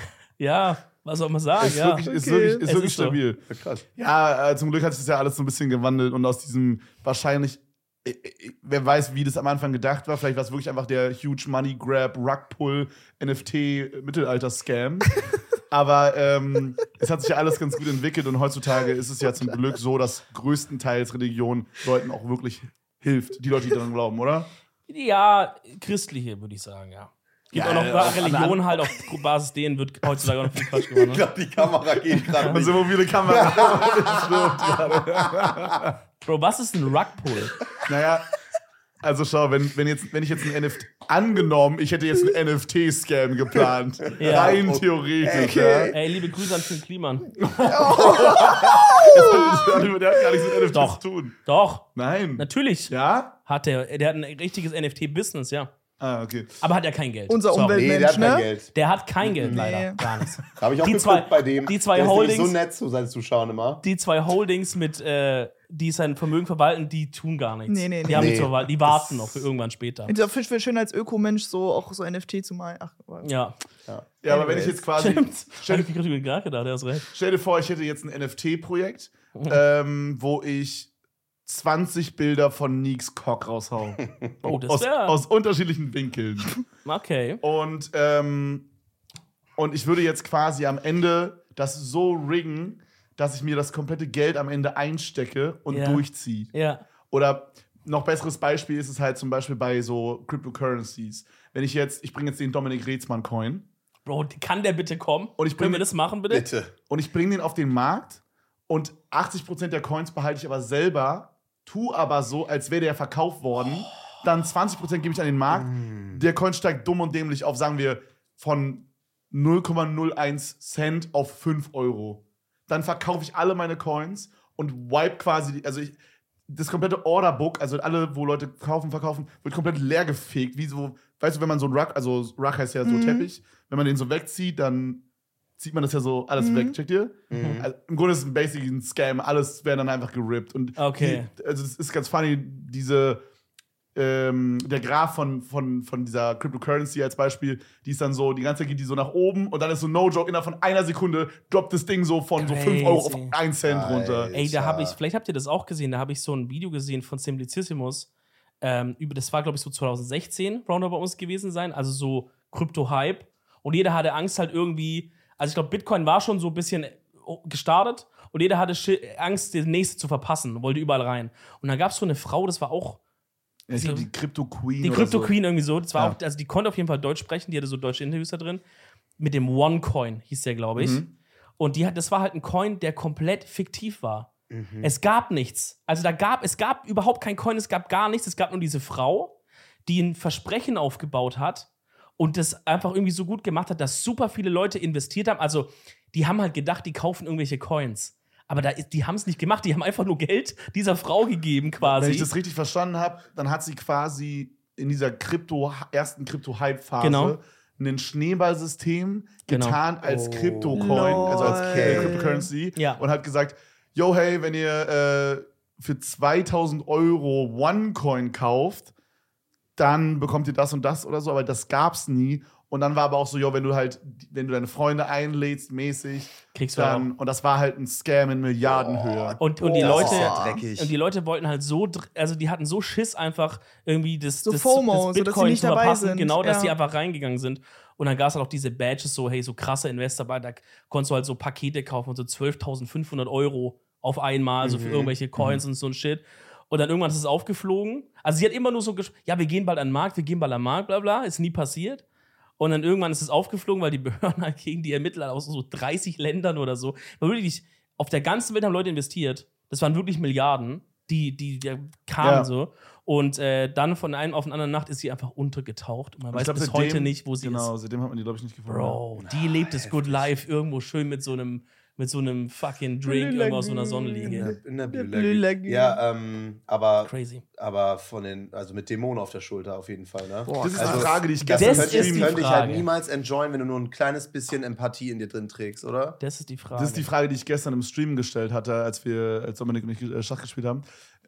Ja, was soll man sagen? Ist ja. wirklich, ist Okay. wirklich, ist Es wirklich ist so. stabil. Krass. Ja, äh, zum Glück hat sich das ja alles so ein bisschen gewandelt und aus diesem wahrscheinlich, äh, äh, wer weiß, wie das am Anfang gedacht war, vielleicht war es wirklich einfach der Huge Money Grab, Rugpull, N F T, Mittelalter-Scam. Aber ähm, es hat sich ja alles ganz gut entwickelt und heutzutage ist es ja zum Glück so, dass größtenteils Religion Leuten auch wirklich hilft. Die Leute, die daran glauben, oder? Ja, christliche, würde ich sagen, ja. Gibt Ja, auch noch ja, auf Religion halt, auf Basis denen wird heutzutage auch noch viel Quatsch Ich gemacht. Ne? glaube, die Kamera geht gerade Also nicht. mobile Kamera. Das stimmt gerade. Bro, was ist ein Rugpull? Naja, also schau, wenn, wenn, jetzt, wenn ich jetzt ein N F T, angenommen, ich hätte jetzt einen N F T-Scam geplant. Ja. Rein Okay. theoretisch, Okay. Ey, liebe Grüße an Finn Kliman. ja. Der hat gar nichts mit N F Ts Doch. zu tun. Doch, Nein. natürlich Ja? hat der. Der hat ein richtiges N F T-Business, ja. Ah, okay. Aber hat ja kein Geld. Unser Sorry. Nee, der hat Mensch, kein ne? Geld. Der hat kein Geld, Nee. leider. Gar nichts. Habe ich auch Die geguckt zwei- bei dem. die zwei der ist nämlich Holdings- so nett zu seinen Zuschauern immer. Die zwei Holdings, mit, äh, die sein Vermögen verwalten, die tun gar nichts. Nee, nee, Die nee. haben Nee. nichts zu verwalten. Die warten noch für irgendwann später. Ich finde es schön, als Ökomensch so auch so N F T zu malen. Ach, aber- Ja. Ja, aber wenn ich jetzt quasi. Stimmt. Stell, Hab ich gerade gedacht, der hast recht. stell dir vor, ich hätte jetzt ein N F T-Projekt, ähm, wo ich zwanzig Bilder von Neeks Cock raushau. Oh, das aus, wäre. aus unterschiedlichen Winkeln. Okay. Und, ähm, und ich würde jetzt quasi am Ende das so riggen, dass ich mir das komplette Geld am Ende einstecke und Ja. durchziehe. Ja. Oder noch besseres Beispiel ist es halt zum Beispiel bei so Cryptocurrencies. Wenn ich jetzt, ich bringe jetzt den Dominik Reetzmann-Coin Bro, kann der bitte kommen? Und ich Können bring- wir das machen, bitte? Bitte. und ich bringe den auf den Markt und achtzig Prozent der Coins behalte ich aber selber, tu aber so, als wäre der verkauft worden. Dann zwanzig Prozent gebe ich an den Markt. Der Coin steigt dumm und dämlich auf, sagen wir, von null Komma null eins Cent auf fünf Euro. Dann verkaufe ich alle meine Coins und wipe quasi, die, also ich, das komplette Orderbook, also alle, wo Leute kaufen, verkaufen, wird komplett leer gefegt. Wie so, weißt du, wenn man so ein Rug, also Rug heißt ja so Mhm. Teppich, wenn man den so wegzieht, dann zieht man das ja so alles Mhm. weg, checkt ihr? Mhm. Also, im Grunde ist es ein basic ein Scam, alles wäre dann einfach gerippt. Und Okay. die, also es ist ganz funny, diese ähm, der Graph von, von, von dieser Cryptocurrency als Beispiel, die ist dann so, die ganze Zeit geht die so nach oben und dann ist so no joke, innerhalb von einer Sekunde droppt das Ding so von so fünf Euro auf Crazy. einen Cent Geil. runter. Ey, da Ja. habe ich, vielleicht habt ihr das auch gesehen, da habe ich so ein Video gesehen von Simplicissimus. Ähm, über, das war, glaube ich, so zwanzig sechzehn Roundup bei uns gewesen sein, also so Krypto-Hype. Und jeder hatte Angst halt irgendwie, also ich glaube, Bitcoin war schon so ein bisschen gestartet und jeder hatte Schi- Angst, den nächste zu verpassen, wollte überall rein. Und dann gab es so eine Frau, das war auch Ja, ich glaube, die Crypto Queen. die oder Crypto so. Queen irgendwie so. Das war Ja. auch, also die konnte auf jeden Fall Deutsch sprechen, die hatte so deutsche Interviews da drin. Mit dem OneCoin hieß der, glaube ich. Mhm. Und die hat, das war halt ein Coin, der komplett fiktiv war. Mhm. Es gab nichts. Also da gab, es gab überhaupt kein Coin, es gab gar nichts. Es gab nur diese Frau, die ein Versprechen aufgebaut hat und das einfach irgendwie so gut gemacht hat, dass super viele Leute investiert haben. Also die haben halt gedacht, die kaufen irgendwelche Coins. Aber da, ist- die haben es nicht gemacht, die haben einfach nur Geld dieser Frau gegeben quasi. Wenn ich das richtig verstanden habe, dann hat sie quasi in dieser Krypto, ersten Krypto-Hype-Phase Genau. ein Schneeballsystem Genau. getarnt als Oh. Krypto-Coin, Lol. also als Okay. äh, Cryptocurrency Ja. und hat gesagt, yo, hey, wenn ihr äh, für zweitausend Euro OneCoin kauft, dann bekommt ihr das und das oder so, aber das gab's nie. Und dann war aber auch so, jo, wenn du halt, wenn du deine Freunde einlädst, mäßig, Kriegst du dann, und das war halt ein Scam in Milliardenhöhe. Und, und, die Das Leute, ist ja dreckig. und die Leute wollten halt so, dr- also die hatten so Schiss einfach irgendwie das, So das, FOMO, das so dass sie Bitcoin nicht zu dabei verpassen, sind. genau, dass Ja. die einfach reingegangen sind. Und dann gab es halt auch diese Badges, so, hey, so krasse Investor, da konntest du halt so Pakete kaufen und so zwölftausendfünfhundert Euro auf einmal, so für Mhm. irgendwelche Coins und so ein Shit. Und dann irgendwann ist es aufgeflogen. Also sie hat immer nur so gesprochen, ja, wir gehen bald an den Markt, wir gehen bald an den Markt, bla bla, ist nie passiert. Und dann irgendwann ist es aufgeflogen, weil die Behörden halt gegen die Ermittler aus so dreißig Ländern oder so, weil wirklich auf der ganzen Welt haben Leute investiert. Das waren wirklich Milliarden, die, die, die kamen Ja. so. Und äh, dann von einem auf den anderen Nacht ist sie einfach untergetaucht. Und man Und weiß ich glaub, bis seitdem- heute nicht, wo sie Genau, ist. seitdem hat man die, glaube ich, nicht gefunden. Bro, die lebt das Good Life irgendwo schön mit so einem, mit so einem fucking Drink irgendwo aus so einer Sonnenliege. In der Der Blue Blue Lagoon. Lagoon. Ja, ähm, aber, Crazy. aber von den, also mit Dämonen auf der Schulter auf jeden Fall, ne? Boah, Das ist Also, die Frage, die ich Das, gestern Das könnte, ist das die könnte ich halt Frage. niemals enjoyen, wenn du nur ein kleines bisschen Empathie in dir drin trägst, oder? Das ist die Frage. Das ist die Frage, die ich gestern im Stream gestellt hatte, als wir, als Dominik und ich äh, Schach gespielt haben.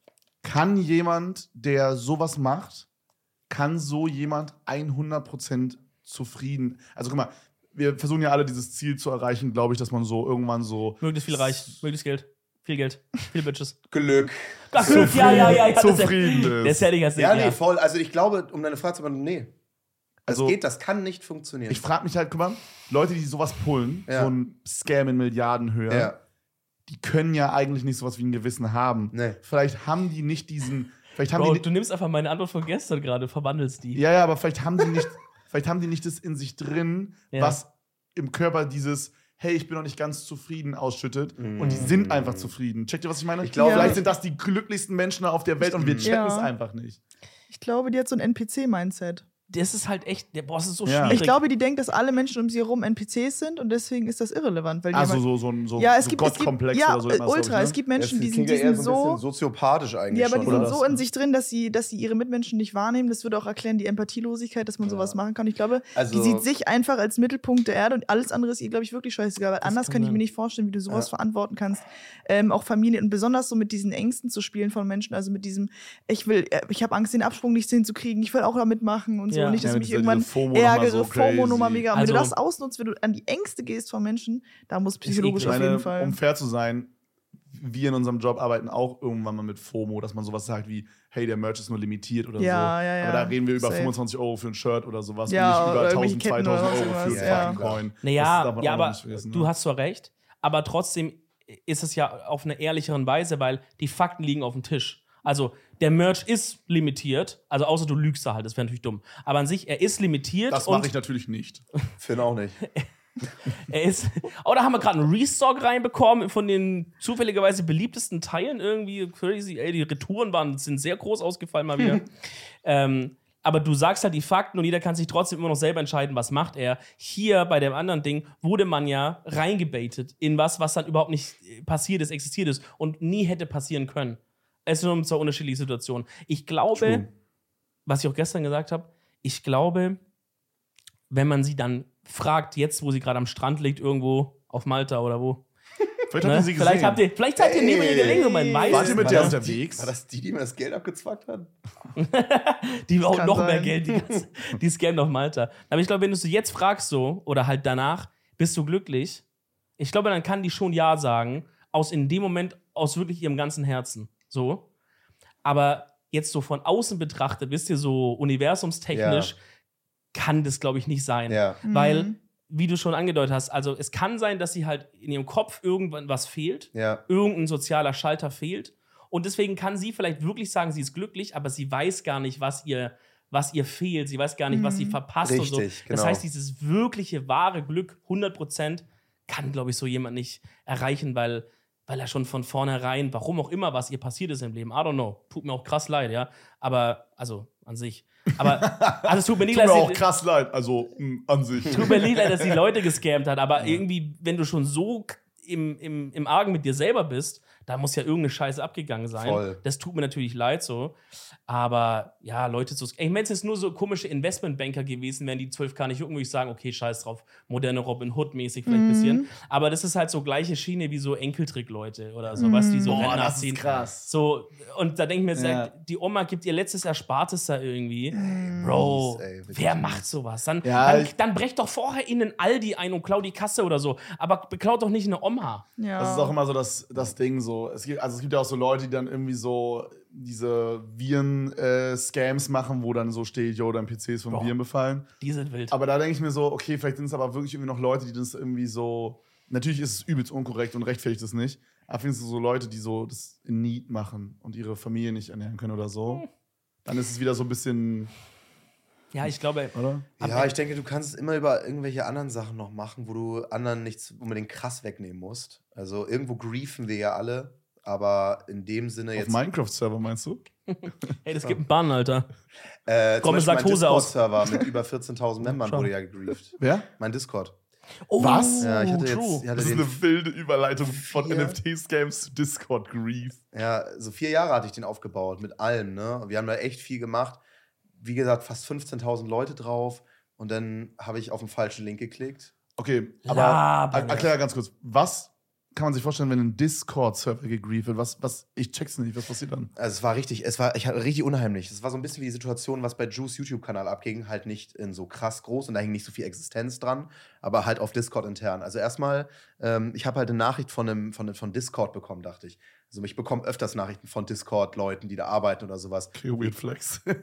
Kann jemand, der sowas macht, kann so jemand hundert Prozent zufrieden? Also guck mal, wir versuchen ja alle dieses Ziel zu erreichen, glaube ich, dass man so irgendwann so Möglichst viel Reich, möglichst Geld. Viel Geld, viel Bitches. Glück. Ach, Glück, ja, ja, ja. ja das ist- zufrieden Das ist. hätte ich als Ja, nee, ja. voll. Also ich glaube, um deine Frage zu beantworten, nee. Das Also- geht, das kann nicht funktionieren. Ich frage mich halt, guck mal, Leute, die sowas pullen, Ja. so ein Scam in Milliardenhöhe, ja. die können ja eigentlich nicht sowas wie ein Gewissen haben. Nee. Vielleicht haben die nicht diesen, vielleicht haben Bro, die du nimmst einfach meine Antwort von gestern gerade, verwandelst die. Ja, ja, aber vielleicht haben die nicht, vielleicht haben die nicht das in sich drin, Ja. was im Körper dieses hey, ich bin noch nicht ganz zufrieden ausschüttet. Mm. Und die sind einfach zufrieden. Checkt ihr, was ich meine? Ich glaube- Vielleicht Ja. sind das die glücklichsten Menschen auf der Welt und wir checken Ja. es einfach nicht. Ich glaube, die hat so ein N P C-Mindset. Das ist halt echt, der Boss ist so Ja. schwierig. Ich glaube, die denkt, dass alle Menschen um sie herum N P Cs sind und deswegen ist das irrelevant. Weil die Also haben- so, so ein so, ja, es so gibt, es gibt Gottkomplex ja, oder so. nennt man das, ultra. glaub ich, Es ne? gibt Menschen, die Das sind, klingt die ja eher sind so ein bisschen so. soziopathisch eigentlich Ja, aber die schon, sind oder? so in sich drin, dass sie, dass sie ihre Mitmenschen nicht wahrnehmen. Das würde auch erklären, die Empathielosigkeit, dass man sowas machen kann. Ich glaube, Also- die sieht sich einfach als Mittelpunkt der Erde und alles andere ist ihr, glaube ich, wirklich scheißegal. Weil anders kann kann ich sein. mir nicht vorstellen, wie du sowas Ja. verantworten kannst. Ähm, auch Familie und besonders so mit diesen Ängsten zu spielen von Menschen. Also mit diesem, ich will, äh, ich habe Angst, den Absprung nicht hinzukriegen, ich will auch da mitmachen und so. Ja. Nicht, dass Ja, ich mich diese- irgendwann diese FOMO nochmal ärgere, so FOMO-Nummer crazy. mega. Und wenn du Also- das ausnutzt, wenn du an die Ängste gehst von Menschen, da muss psychologisch eklig. auf Ich jeden meine, Fall. um fair zu sein, wir in unserem Job arbeiten auch irgendwann mal mit FOMO, dass man sowas sagt wie, hey, der Merch ist nur limitiert oder Ja, so. ja, ja. Aber da reden wir über Safe. fünfundzwanzig Euro für ein Shirt oder sowas Ja, und nicht oder über irgendwelche tausend, Ketten oder zweitausend Euro für sowas, einen ja. fucking Coin. Das Naja, darf man ja, auch aber nicht vergessen, du ne? hast zwar recht, aber trotzdem ist es ja auf eine ehrlicheren Weise, weil die Fakten liegen auf dem Tisch. Also, der Merch ist limitiert, also außer du lügst da halt, das wäre natürlich dumm. Aber an sich, er ist limitiert Das und mache ich natürlich nicht. Finn auch nicht. er ist. Oh, da haben wir gerade einen Restock reinbekommen von den zufälligerweise beliebtesten Teilen irgendwie. Crazy, ey, die Retouren waren, sind sehr groß ausgefallen mal wieder. ähm, aber du sagst halt die Fakten und jeder kann sich trotzdem immer noch selber entscheiden, was macht er. Hier bei dem anderen Ding wurde man ja reingebaitet in was, was dann überhaupt nicht passiert ist, existiert ist und nie hätte passieren können. Es sind nur zwei unterschiedliche Situationen. Ich glaube, True. was ich auch gestern gesagt habe, ich glaube, wenn man sie dann fragt, jetzt, wo sie gerade am Strand liegt, irgendwo auf Malta oder wo. Vielleicht Ne? habt ihr sie gesehen. Vielleicht habt ihr, vielleicht seid ihr neben ihr gelegen und man weiß Wart es ihr mit nicht. der das die- unterwegs? War das die, die mir das Geld abgezwackt hat? Die auch kann noch mehr sein. Geld, die, ganze, die scammen auf Malta. Aber ich glaube, wenn du sie jetzt fragst so, oder halt danach, bist du glücklich? Ich glaube, dann kann die schon Ja sagen, aus in dem Moment, aus wirklich ihrem ganzen Herzen. So. Aber jetzt so von außen betrachtet, wisst ihr, so universumstechnisch, Ja. kann das, glaube ich, nicht sein. Ja. Weil, Mhm. wie du schon angedeutet hast, also es kann sein, dass sie halt in ihrem Kopf irgendwann was fehlt, Ja. irgendein sozialer Schalter fehlt. Und deswegen kann sie vielleicht wirklich sagen, sie ist glücklich, aber sie weiß gar nicht, was ihr, was ihr fehlt. Sie weiß gar nicht, was sie Mhm. verpasst und so. Richtig, Das genau. heißt, dieses wirkliche, wahre Glück, hundert Prozent, kann, glaube ich, so jemand nicht erreichen, weil, weil er schon von vornherein, warum auch immer, was ihr passiert ist im Leben, I don't know, tut mir auch krass leid, ja, aber, also, an sich. Aber, also es tut mir nicht Tut leid, mir dass auch sie- krass leid, also mh, an sich. tut mir nicht leid, dass die Leute gescammt hat, aber irgendwie, wenn du schon so k- im, im, im Argen mit dir selber bist, Da muss ja irgendeine Scheiße abgegangen sein. Voll. Das tut mir natürlich leid so. Aber ja, Leute, so, ey, wenn es jetzt nur so komische Investmentbanker gewesen wären, die zwölf K nicht jucken, würde ich sagen, okay, scheiß drauf, moderne Robin Hood-mäßig vielleicht ein Mhm. bisschen. Aber das ist halt so gleiche Schiene wie so Enkeltrick-Leute oder so, was die so Boah, Rentner das ist ziehen. krass. So, und da denke ich mir, Ja. die Oma gibt ihr letztes Erspartes da irgendwie. Bro, Mies, ey, wirklich wer mies. macht sowas? Dann, Ja, dann, ich- dann brecht doch vorher in den Aldi ein und klau die Kasse oder so. Aber beklaut doch nicht eine Oma. Ja. Das ist auch immer so das, das Ding so. Es gibt, also es gibt ja auch so Leute, die dann irgendwie so diese Viren-Scams machen, wo dann so steht, yo, dein P C ist von Bro. Viren befallen. Die sind wild. Aber da denke ich mir so, okay, vielleicht sind es aber wirklich irgendwie noch Leute, die das irgendwie so. Natürlich ist es übelst unkorrekt und rechtfertigt es nicht. Aber findest du so Leute, die so das in Need machen und ihre Familie nicht ernähren können oder so? Dann ist es wieder so ein bisschen, ja, ich glaube, oder? Ja, ich denke, du kannst es immer über irgendwelche anderen Sachen noch machen, wo du anderen nichts unbedingt krass wegnehmen musst. Also irgendwo griefen wir ja alle, aber in dem Sinne Auf jetzt. Minecraft-Server meinst du? hey, das gibt einen Bann, Alter. Äh, Komm, zum Beispiel Laktose mein aus. Discord-Server mit über vierzehntausend Membern Schau. wurde ja gegrieft. Wer? Mein Discord. Oh, Was? Ja, ich hatte true. jetzt ich hatte Das ist den, eine wilde Überleitung von Vier- N F T-Scams zu Discord-Grief. ja, so vier Jahre hatte ich den aufgebaut mit allem, ne? Wir haben da echt viel gemacht. Wie gesagt, fast fünfzehntausend Leute drauf und dann habe ich auf den falschen Link geklickt. Okay, aber Laber. er- erklär ganz kurz, was kann man sich vorstellen, wenn ein Discord-Server gegrieft wird? Was, was, ich check's nicht, was passiert dann? Also es war richtig, es war, ich hatte richtig unheimlich. Es war so ein bisschen wie die Situation, was bei Juice YouTube-Kanal abging, halt nicht in so krass groß und da hing nicht so viel Existenz dran, aber halt auf Discord intern. Also erstmal, ähm, ich habe halt eine Nachricht von, einem, von, von Discord bekommen, dachte ich. Also ich bekomme öfters Nachrichten von Discord-Leuten, die da arbeiten oder sowas. Okay, Weird Flex. Du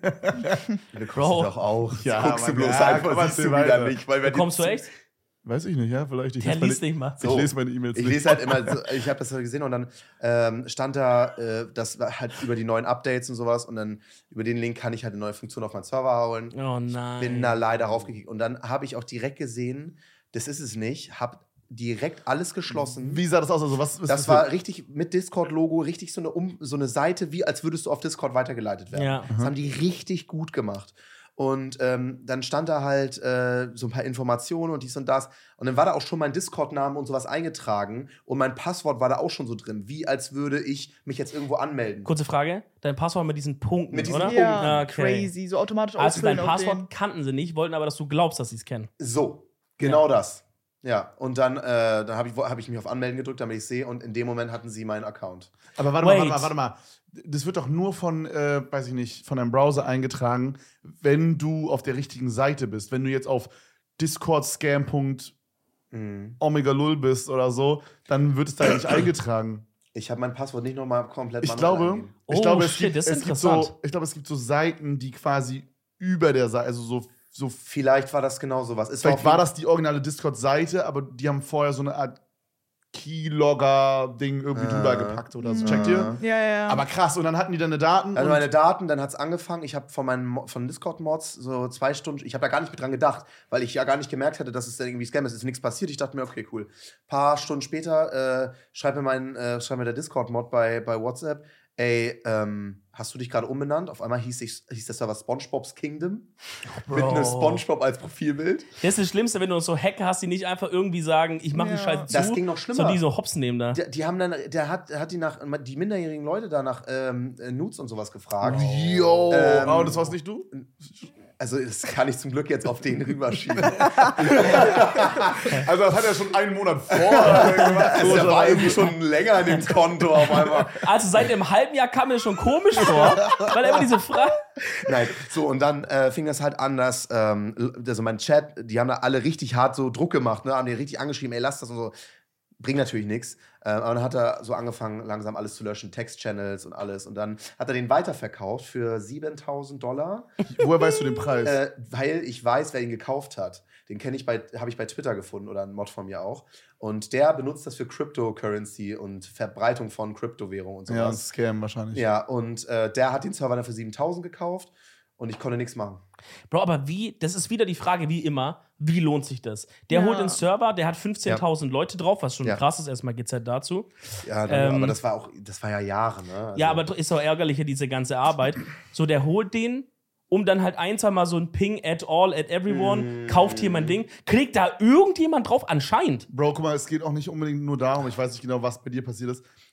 Bro. Bro. doch auch. Ja, das guckst du Mann, bloß ja, einfach, komm mal, siehst du erzähl wieder weiter. nicht. Weil wenn die- Bekommst du echt? Weiß ich nicht, ja, vielleicht. Ich Der lese meine- liest nicht mal. Ich So. lese meine E-Mails Ich nicht. lese halt immer, so, ich habe das halt gesehen und dann ähm, stand da, äh, das war halt über die neuen Updates und sowas und dann über den Link kann ich halt eine neue Funktion auf meinen Server holen. Oh nein. Bin da leider raufgekickt. Und dann habe ich auch direkt gesehen, das ist es nicht, habe direkt alles geschlossen. Wie sah das aus? Also, was ist Das für- war richtig mit Discord-Logo, richtig so eine, um, so eine Seite, wie als würdest du auf Discord weitergeleitet werden. Ja. Das haben die richtig gut gemacht. Und ähm, dann stand da halt äh, so ein paar Informationen und dies und das. Und dann war da auch schon mein Discord-Name und sowas eingetragen. Und mein Passwort war da auch schon so drin, wie als würde ich mich jetzt irgendwo anmelden. Kurze Frage. Dein Passwort mit diesen Punkten, Mit diesen oder? Punkten. Ja, Okay. crazy. So automatisch Also ausfüllen dein auf Passwort den. kannten sie nicht, wollten aber, dass du glaubst, dass sie es kennen. So, genau das. Ja, und dann, äh, dann habe ich, hab ich mich auf Anmelden gedrückt, damit ich sehe. Und in dem Moment hatten sie meinen Account. Aber warte mal, Wait. warte mal, warte mal. Das wird doch nur von, äh, weiß ich nicht, von deinem Browser eingetragen, wenn du auf der richtigen Seite bist. Wenn du jetzt auf discordscam punkt omega lull bist oder so, dann wird es da ja nicht eingetragen. Ich habe mein Passwort nicht nochmal komplett Ich manuell glaube, eingegeben. ich Oh, glaube, es shit, gibt, das ist es gibt interessant. so, ich glaube, es gibt so Seiten, die quasi über der Seite, also so, so Vielleicht war das genau sowas. Es vielleicht auf war jeden- das die originale Discord-Seite, aber die haben vorher so eine Art Keylogger-Ding irgendwie Ah. drüber gepackt oder so. Checkt ihr? Ja, ja, ja. Aber krass, und dann hatten die deine Daten. Also und meine Daten, dann hat es angefangen. Ich habe von meinen Mo- von Discord-Mods so zwei Stunden, ich habe da gar nicht mit dran gedacht, weil ich ja gar nicht gemerkt hatte, dass es dann irgendwie Scam ist. Es ist nichts passiert. Ich dachte mir, okay, cool. Paar Stunden später äh, schreibt mir mein, äh, schreibt mir der Discord-Mod bei, bei WhatsApp, ey, ähm, hast du dich gerade umbenannt? Auf einmal hieß, ich, hieß der Server SpongeBob's Kingdom. Mit einem Spongebob als Profilbild. Das ist das Schlimmste, wenn du so Hacker hast, die nicht einfach irgendwie sagen, ich mache Ja. die Scheiße zu. Das ging noch schlimmer. So die so hops nehmen da. Die, die haben dann, der hat, der hat die nach, die minderjährigen Leute da nach ähm, äh, Nudes und sowas gefragt. Yo, Ähm, oh, das war's nicht du? Also das kann ich zum Glück jetzt auf den rüberschieben. Also das hat er schon einen Monat vorher gemacht. Also der war irgendwie schon länger in dem Konto auf einmal. Also seit einem halben Jahr kam mir das schon komisch vor, weil immer diese Frage. Nein, so und dann äh, fing das halt an, dass ähm, also mein Chat, die haben da alle richtig hart so Druck gemacht, ne, haben die richtig angeschrieben, ey, lass das und so. Bringt natürlich nichts. Ähm, aber dann hat er so angefangen, langsam alles zu löschen, Text-Channels und alles. Und dann hat er den weiterverkauft für siebentausend Dollar, Woher weißt du den Preis? äh, weil ich weiß, wer ihn gekauft hat. Den kenne ich bei, habe ich bei Twitter gefunden oder ein Mod von mir auch. Und der benutzt das für Cryptocurrency und Verbreitung von Kryptowährungen und ja, ein sowas. Scam wahrscheinlich. Ja, und äh, der hat den Server dann für siebentausend gekauft und ich konnte nichts machen. Bro, aber wie, das ist wieder die Frage, wie immer, wie lohnt sich das? Der Ja. holt den Server, der hat fünfzehntausend Leute drauf, was schon Ja. krass ist, erstmal G Z dazu. Ja, Ähm, aber das war auch, das war ja Jahre, ne? Also, Ja, aber ist auch ärgerlicher, diese ganze Arbeit. So, der holt den, um dann halt ein, zwei Mal so ein Ping at all, at everyone, kauft hier mein Ding. Klickt da irgendjemand drauf? Anscheinend. Bro, guck mal, es geht auch nicht unbedingt nur darum, ich weiß nicht genau, was bei dir passiert ist,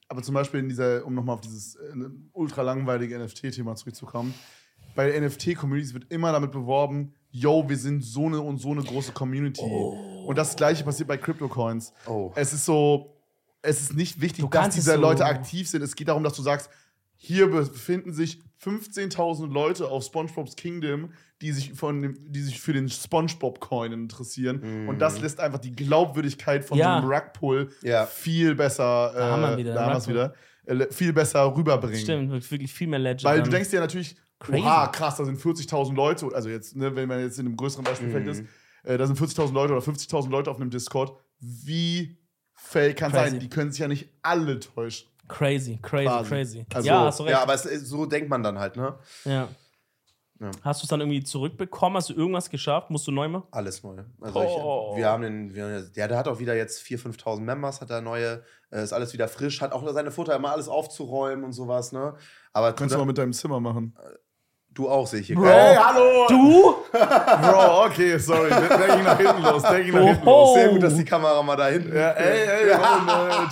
aber zum Beispiel in dieser, um nochmal auf dieses äh, ultra langweilige N F T-Thema zurückzukommen, bei N F T-Communities wird immer damit beworben, yo, wir sind so eine und so eine große Community. Oh. Und das Gleiche passiert bei Crypto-Coins. Oh. Es ist so, es ist nicht wichtig, dass diese so Leute aktiv sind. Es geht darum, dass du sagst, hier befinden sich fünfzehntausend Leute auf SpongeBob's Kingdom, die sich, von dem, die sich für den SpongeBob-Coin interessieren. Mm. Und das lässt einfach die Glaubwürdigkeit von ja. so einem Rugpull ja. viel besser, da äh, haben wir wieder, da haben wir's wieder äh, viel besser rüberbringen. Das stimmt, wirklich viel mehr Legend. Weil du denkst dir natürlich, crazy. Oha, krass, da sind vierzigtausend Leute, also jetzt, ne, wenn man jetzt in einem größeren Beispielfeld mm. ist, äh, da sind vierzigtausend Leute oder fünfzigtausend Leute auf einem Discord. Wie fake kann sein? Die können sich ja nicht alle täuschen. Crazy, crazy, Quasi. crazy. Also, ja, hast du recht. Ja, aber es, so denkt man dann halt, ne? Ja. ja. Hast du es dann irgendwie zurückbekommen? Hast du irgendwas geschafft? Musst du neu machen? Alles neu. Also oh. ich, wir haben den, wir, ja, der hat auch wieder jetzt viertausend, fünftausend Members, hat er neue, äh, ist alles wieder frisch, hat auch seine Futter immer alles aufzuräumen und sowas, ne? Aber kannst du mal mit deinem Zimmer machen. Du auch, sehe ich hier. Bro, hey, hallo! Du? Bro, okay, sorry. Der, der ging nach hinten los. Der ging nach hinten oh. los. Sehr gut, dass die Kamera mal da hinten. Ja, ey, ey, ja.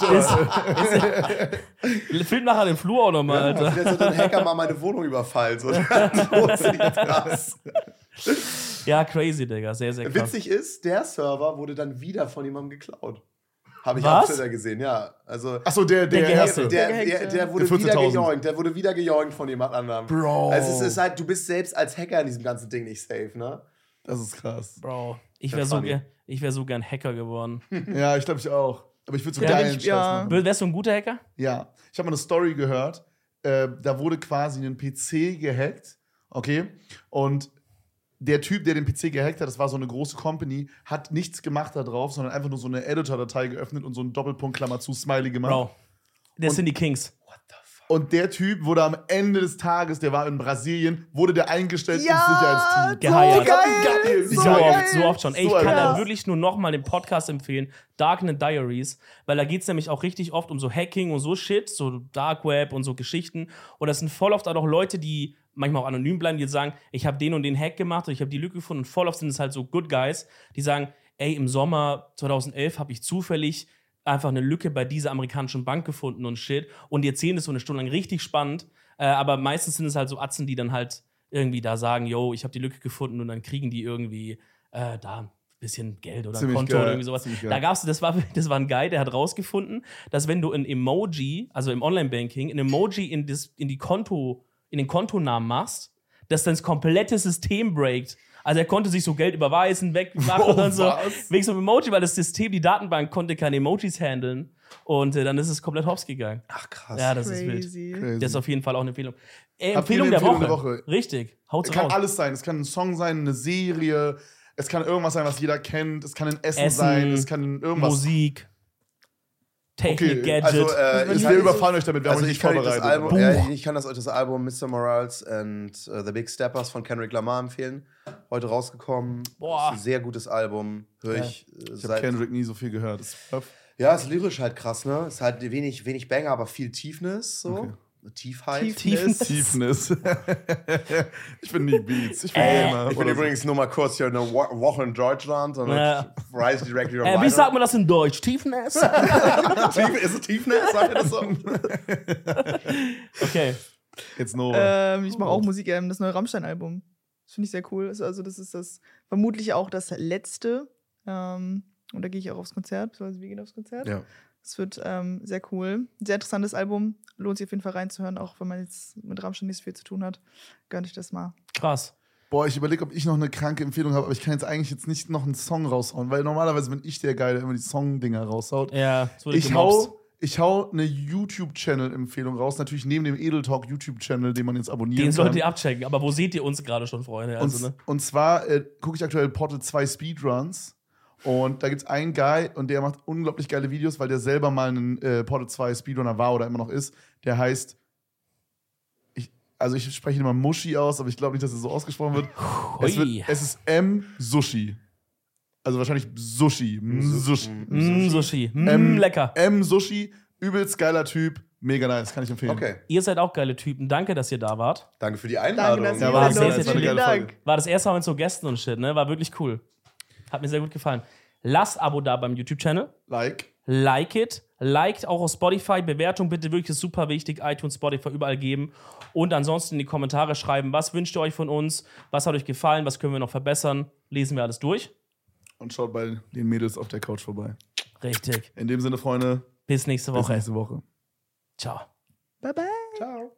Film nachher den Flur auch nochmal, Alter. Ja, vielleicht hat ein Hacker mal meine Wohnung überfallen. So. Das ist krass. Ja, crazy, Digga. Sehr, sehr krass. Witzig ist, der Server wurde dann wieder von jemandem geklaut. Habe ich Was? auf Twitter gesehen, ja. Also, Achso, der, der, der, erste. Der, der, der, der wurde der wieder gejoinkt. Der wurde wieder gejoinkt von jemand anderem. Bro. Also es ist halt, du bist selbst als Hacker in diesem ganzen Ding nicht safe, ne? Das ist krass. Bro, ich wäre so, ge- wär so gern Hacker geworden. Ja, ich glaube ich auch. Aber ich würde so ja, geil ich, ja. Wärst du ein guter Hacker? Ja. Ich habe mal eine Story gehört. Äh, da wurde quasi ein P C gehackt. Okay? Und der Typ, der den P C gehackt hat, das war so eine große Company, hat nichts gemacht da drauf, sondern einfach nur so eine Editor-Datei geöffnet und so einen Doppelpunkt, Klammer zu, Smiley gemacht. Bro, das und, sind die Kings. What the fuck? Und der Typ wurde am Ende des Tages, der war in Brasilien, wurde der eingestellt ja, ins Sicherheitsteam. Geheiert. So geil, geil. So, geil. oft, so oft schon. Ey, ich So kann krass. da wirklich nur noch mal den Podcast empfehlen, Darknet Diaries, weil da geht es nämlich auch richtig oft um so Hacking und so Shit, so Dark Web und so Geschichten. Und das sind voll oft auch Leute, die manchmal auch anonym bleiben, die sagen, ich habe den und den Hack gemacht und ich habe die Lücke gefunden. Und voll oft sind es halt so Good Guys, die sagen, ey, im Sommer zweitausendelf habe ich zufällig einfach eine Lücke bei dieser amerikanischen Bank gefunden und Shit. Und die erzählen das so eine Stunde lang richtig spannend. Äh, aber meistens sind es halt so Atzen, die dann halt irgendwie da sagen, yo, ich habe die Lücke gefunden und dann kriegen die irgendwie äh, da ein bisschen Geld oder Ziemlich ein Konto geil. oder irgendwie sowas. Ziemlich geil. Da gab's, das war, das war ein Guy, der hat rausgefunden, dass wenn du ein Emoji, also im Online-Banking, ein Emoji in, das, in, die Konto, in den Kontonamen machst, dass dann das komplette System breakt. Also er konnte sich so Geld überweisen, wegmachen Oh, und dann so. was? Wegen so einem Emoji, weil das System, die Datenbank konnte keine Emojis handeln. Und äh, dann ist es komplett hops gegangen. Ach krass. Ja, das Crazy. ist wild. Crazy. Das ist auf jeden Fall auch eine Empfehlung. Äh, Habt ihr Empfehlung, eine der, Empfehlung Woche. der Woche? Richtig. Haut's Es kann raus. alles sein. Es kann ein Song sein, eine Serie, es kann irgendwas sein, was jeder kennt, es kann ein Essen, Essen, sein, es kann irgendwas. Musik, Technik, Okay, Gadget. Also, äh, Ich ich, will überfallen euch damit, wir also haben euch ich, nicht kann euch das vorbereitet. Album, ja, ich kann das euch das Album Mister Morales and uh, The Big Steppers von Kendrick Lamar empfehlen. Heute rausgekommen. Boah. Ist ein sehr gutes Album. Höre ich äh, Ich habe seit. Kendrick nie so viel gehört. Das ist tough. Ja, ist lyrisch halt krass, ne? Ist halt wenig, wenig Banger, aber viel Tiefness. So. Okay. Tiefheit. Tiefness. Tiefness. Ich bin nie Beats. Ich bin Äh. Gamer. Ich bin Oder so. übrigens nur mal kurz hier eine Wo- Woche in Deutschland und Ja. ich reise direkt wieder äh, wie weiter. sagt man das in Deutsch? Tiefness? Tief, ist es Tiefness? Sagt ihr das so? Okay. Jetzt Nova. Ähm, ich mache auch Musik, ähm, das neue Rammstein-Album. Das finde ich sehr cool. Also, das ist das vermutlich auch das letzte. Ähm, und da gehe ich auch aufs Konzert, also wir gehen aufs Konzert. Ja. Es wird ähm, sehr cool. Sehr interessantes Album. Lohnt sich auf jeden Fall reinzuhören, auch wenn man jetzt mit Rammstein nicht so viel zu tun hat. Gönnt euch das mal. Krass. Boah, ich überlege, ob ich noch eine kranke Empfehlung habe, aber ich kann jetzt eigentlich jetzt nicht noch einen Song raushauen, weil normalerweise bin ich der Geil, der immer die Song-Dinger raushaut. Ja, es wurde Ich gemobst. hau, ich hau eine YouTube-Channel-Empfehlung raus, natürlich neben dem Edel Talk YouTube-Channel, den man jetzt abonnieren Den kann. solltet ihr abchecken. Aber wo seht ihr uns gerade schon, Freunde? Also, Und, ne? und zwar äh, gucke ich aktuell Portal zwei Speedruns. Und da gibt es einen Guy und der macht unglaublich geile Videos, weil der selber mal ein äh, Portal zwei Speedrunner war oder immer noch ist. Der heißt, ich, also ich spreche ihn immer Mushi aus, aber ich glaube nicht, dass es so ausgesprochen wird. Es, wird Hui. es ist M Sushi. Also wahrscheinlich Sushi. M Sushi. Mm, Sushi. Mm, M, lecker. M Sushi, übelst geiler Typ, mega nice, kann ich empfehlen. Okay. Ihr seid auch geile Typen. Danke, dass ihr da wart. Dange für die Einladung. Danke, dass Ja, ihr war da sehr, seid. sehr, sehr Vielen geile Dank. Folge. War das erste Mal mit so Gästen und Shit, ne? War wirklich cool. Hat mir sehr gut gefallen. Lasst Abo da beim YouTube-Channel. Like. like it. Liked auch auf Spotify. Bewertung bitte wirklich, ist super wichtig. iTunes, Spotify, überall geben. Und ansonsten in die Kommentare schreiben, was wünscht ihr euch von uns? Was hat euch gefallen? Was können wir noch verbessern? Lesen wir alles durch. Und schaut bei den Mädels auf der Couch vorbei. Richtig. In dem Sinne, Freunde. Bis nächste Woche. Bis nächste Woche. Ciao. Bye, bye. Ciao.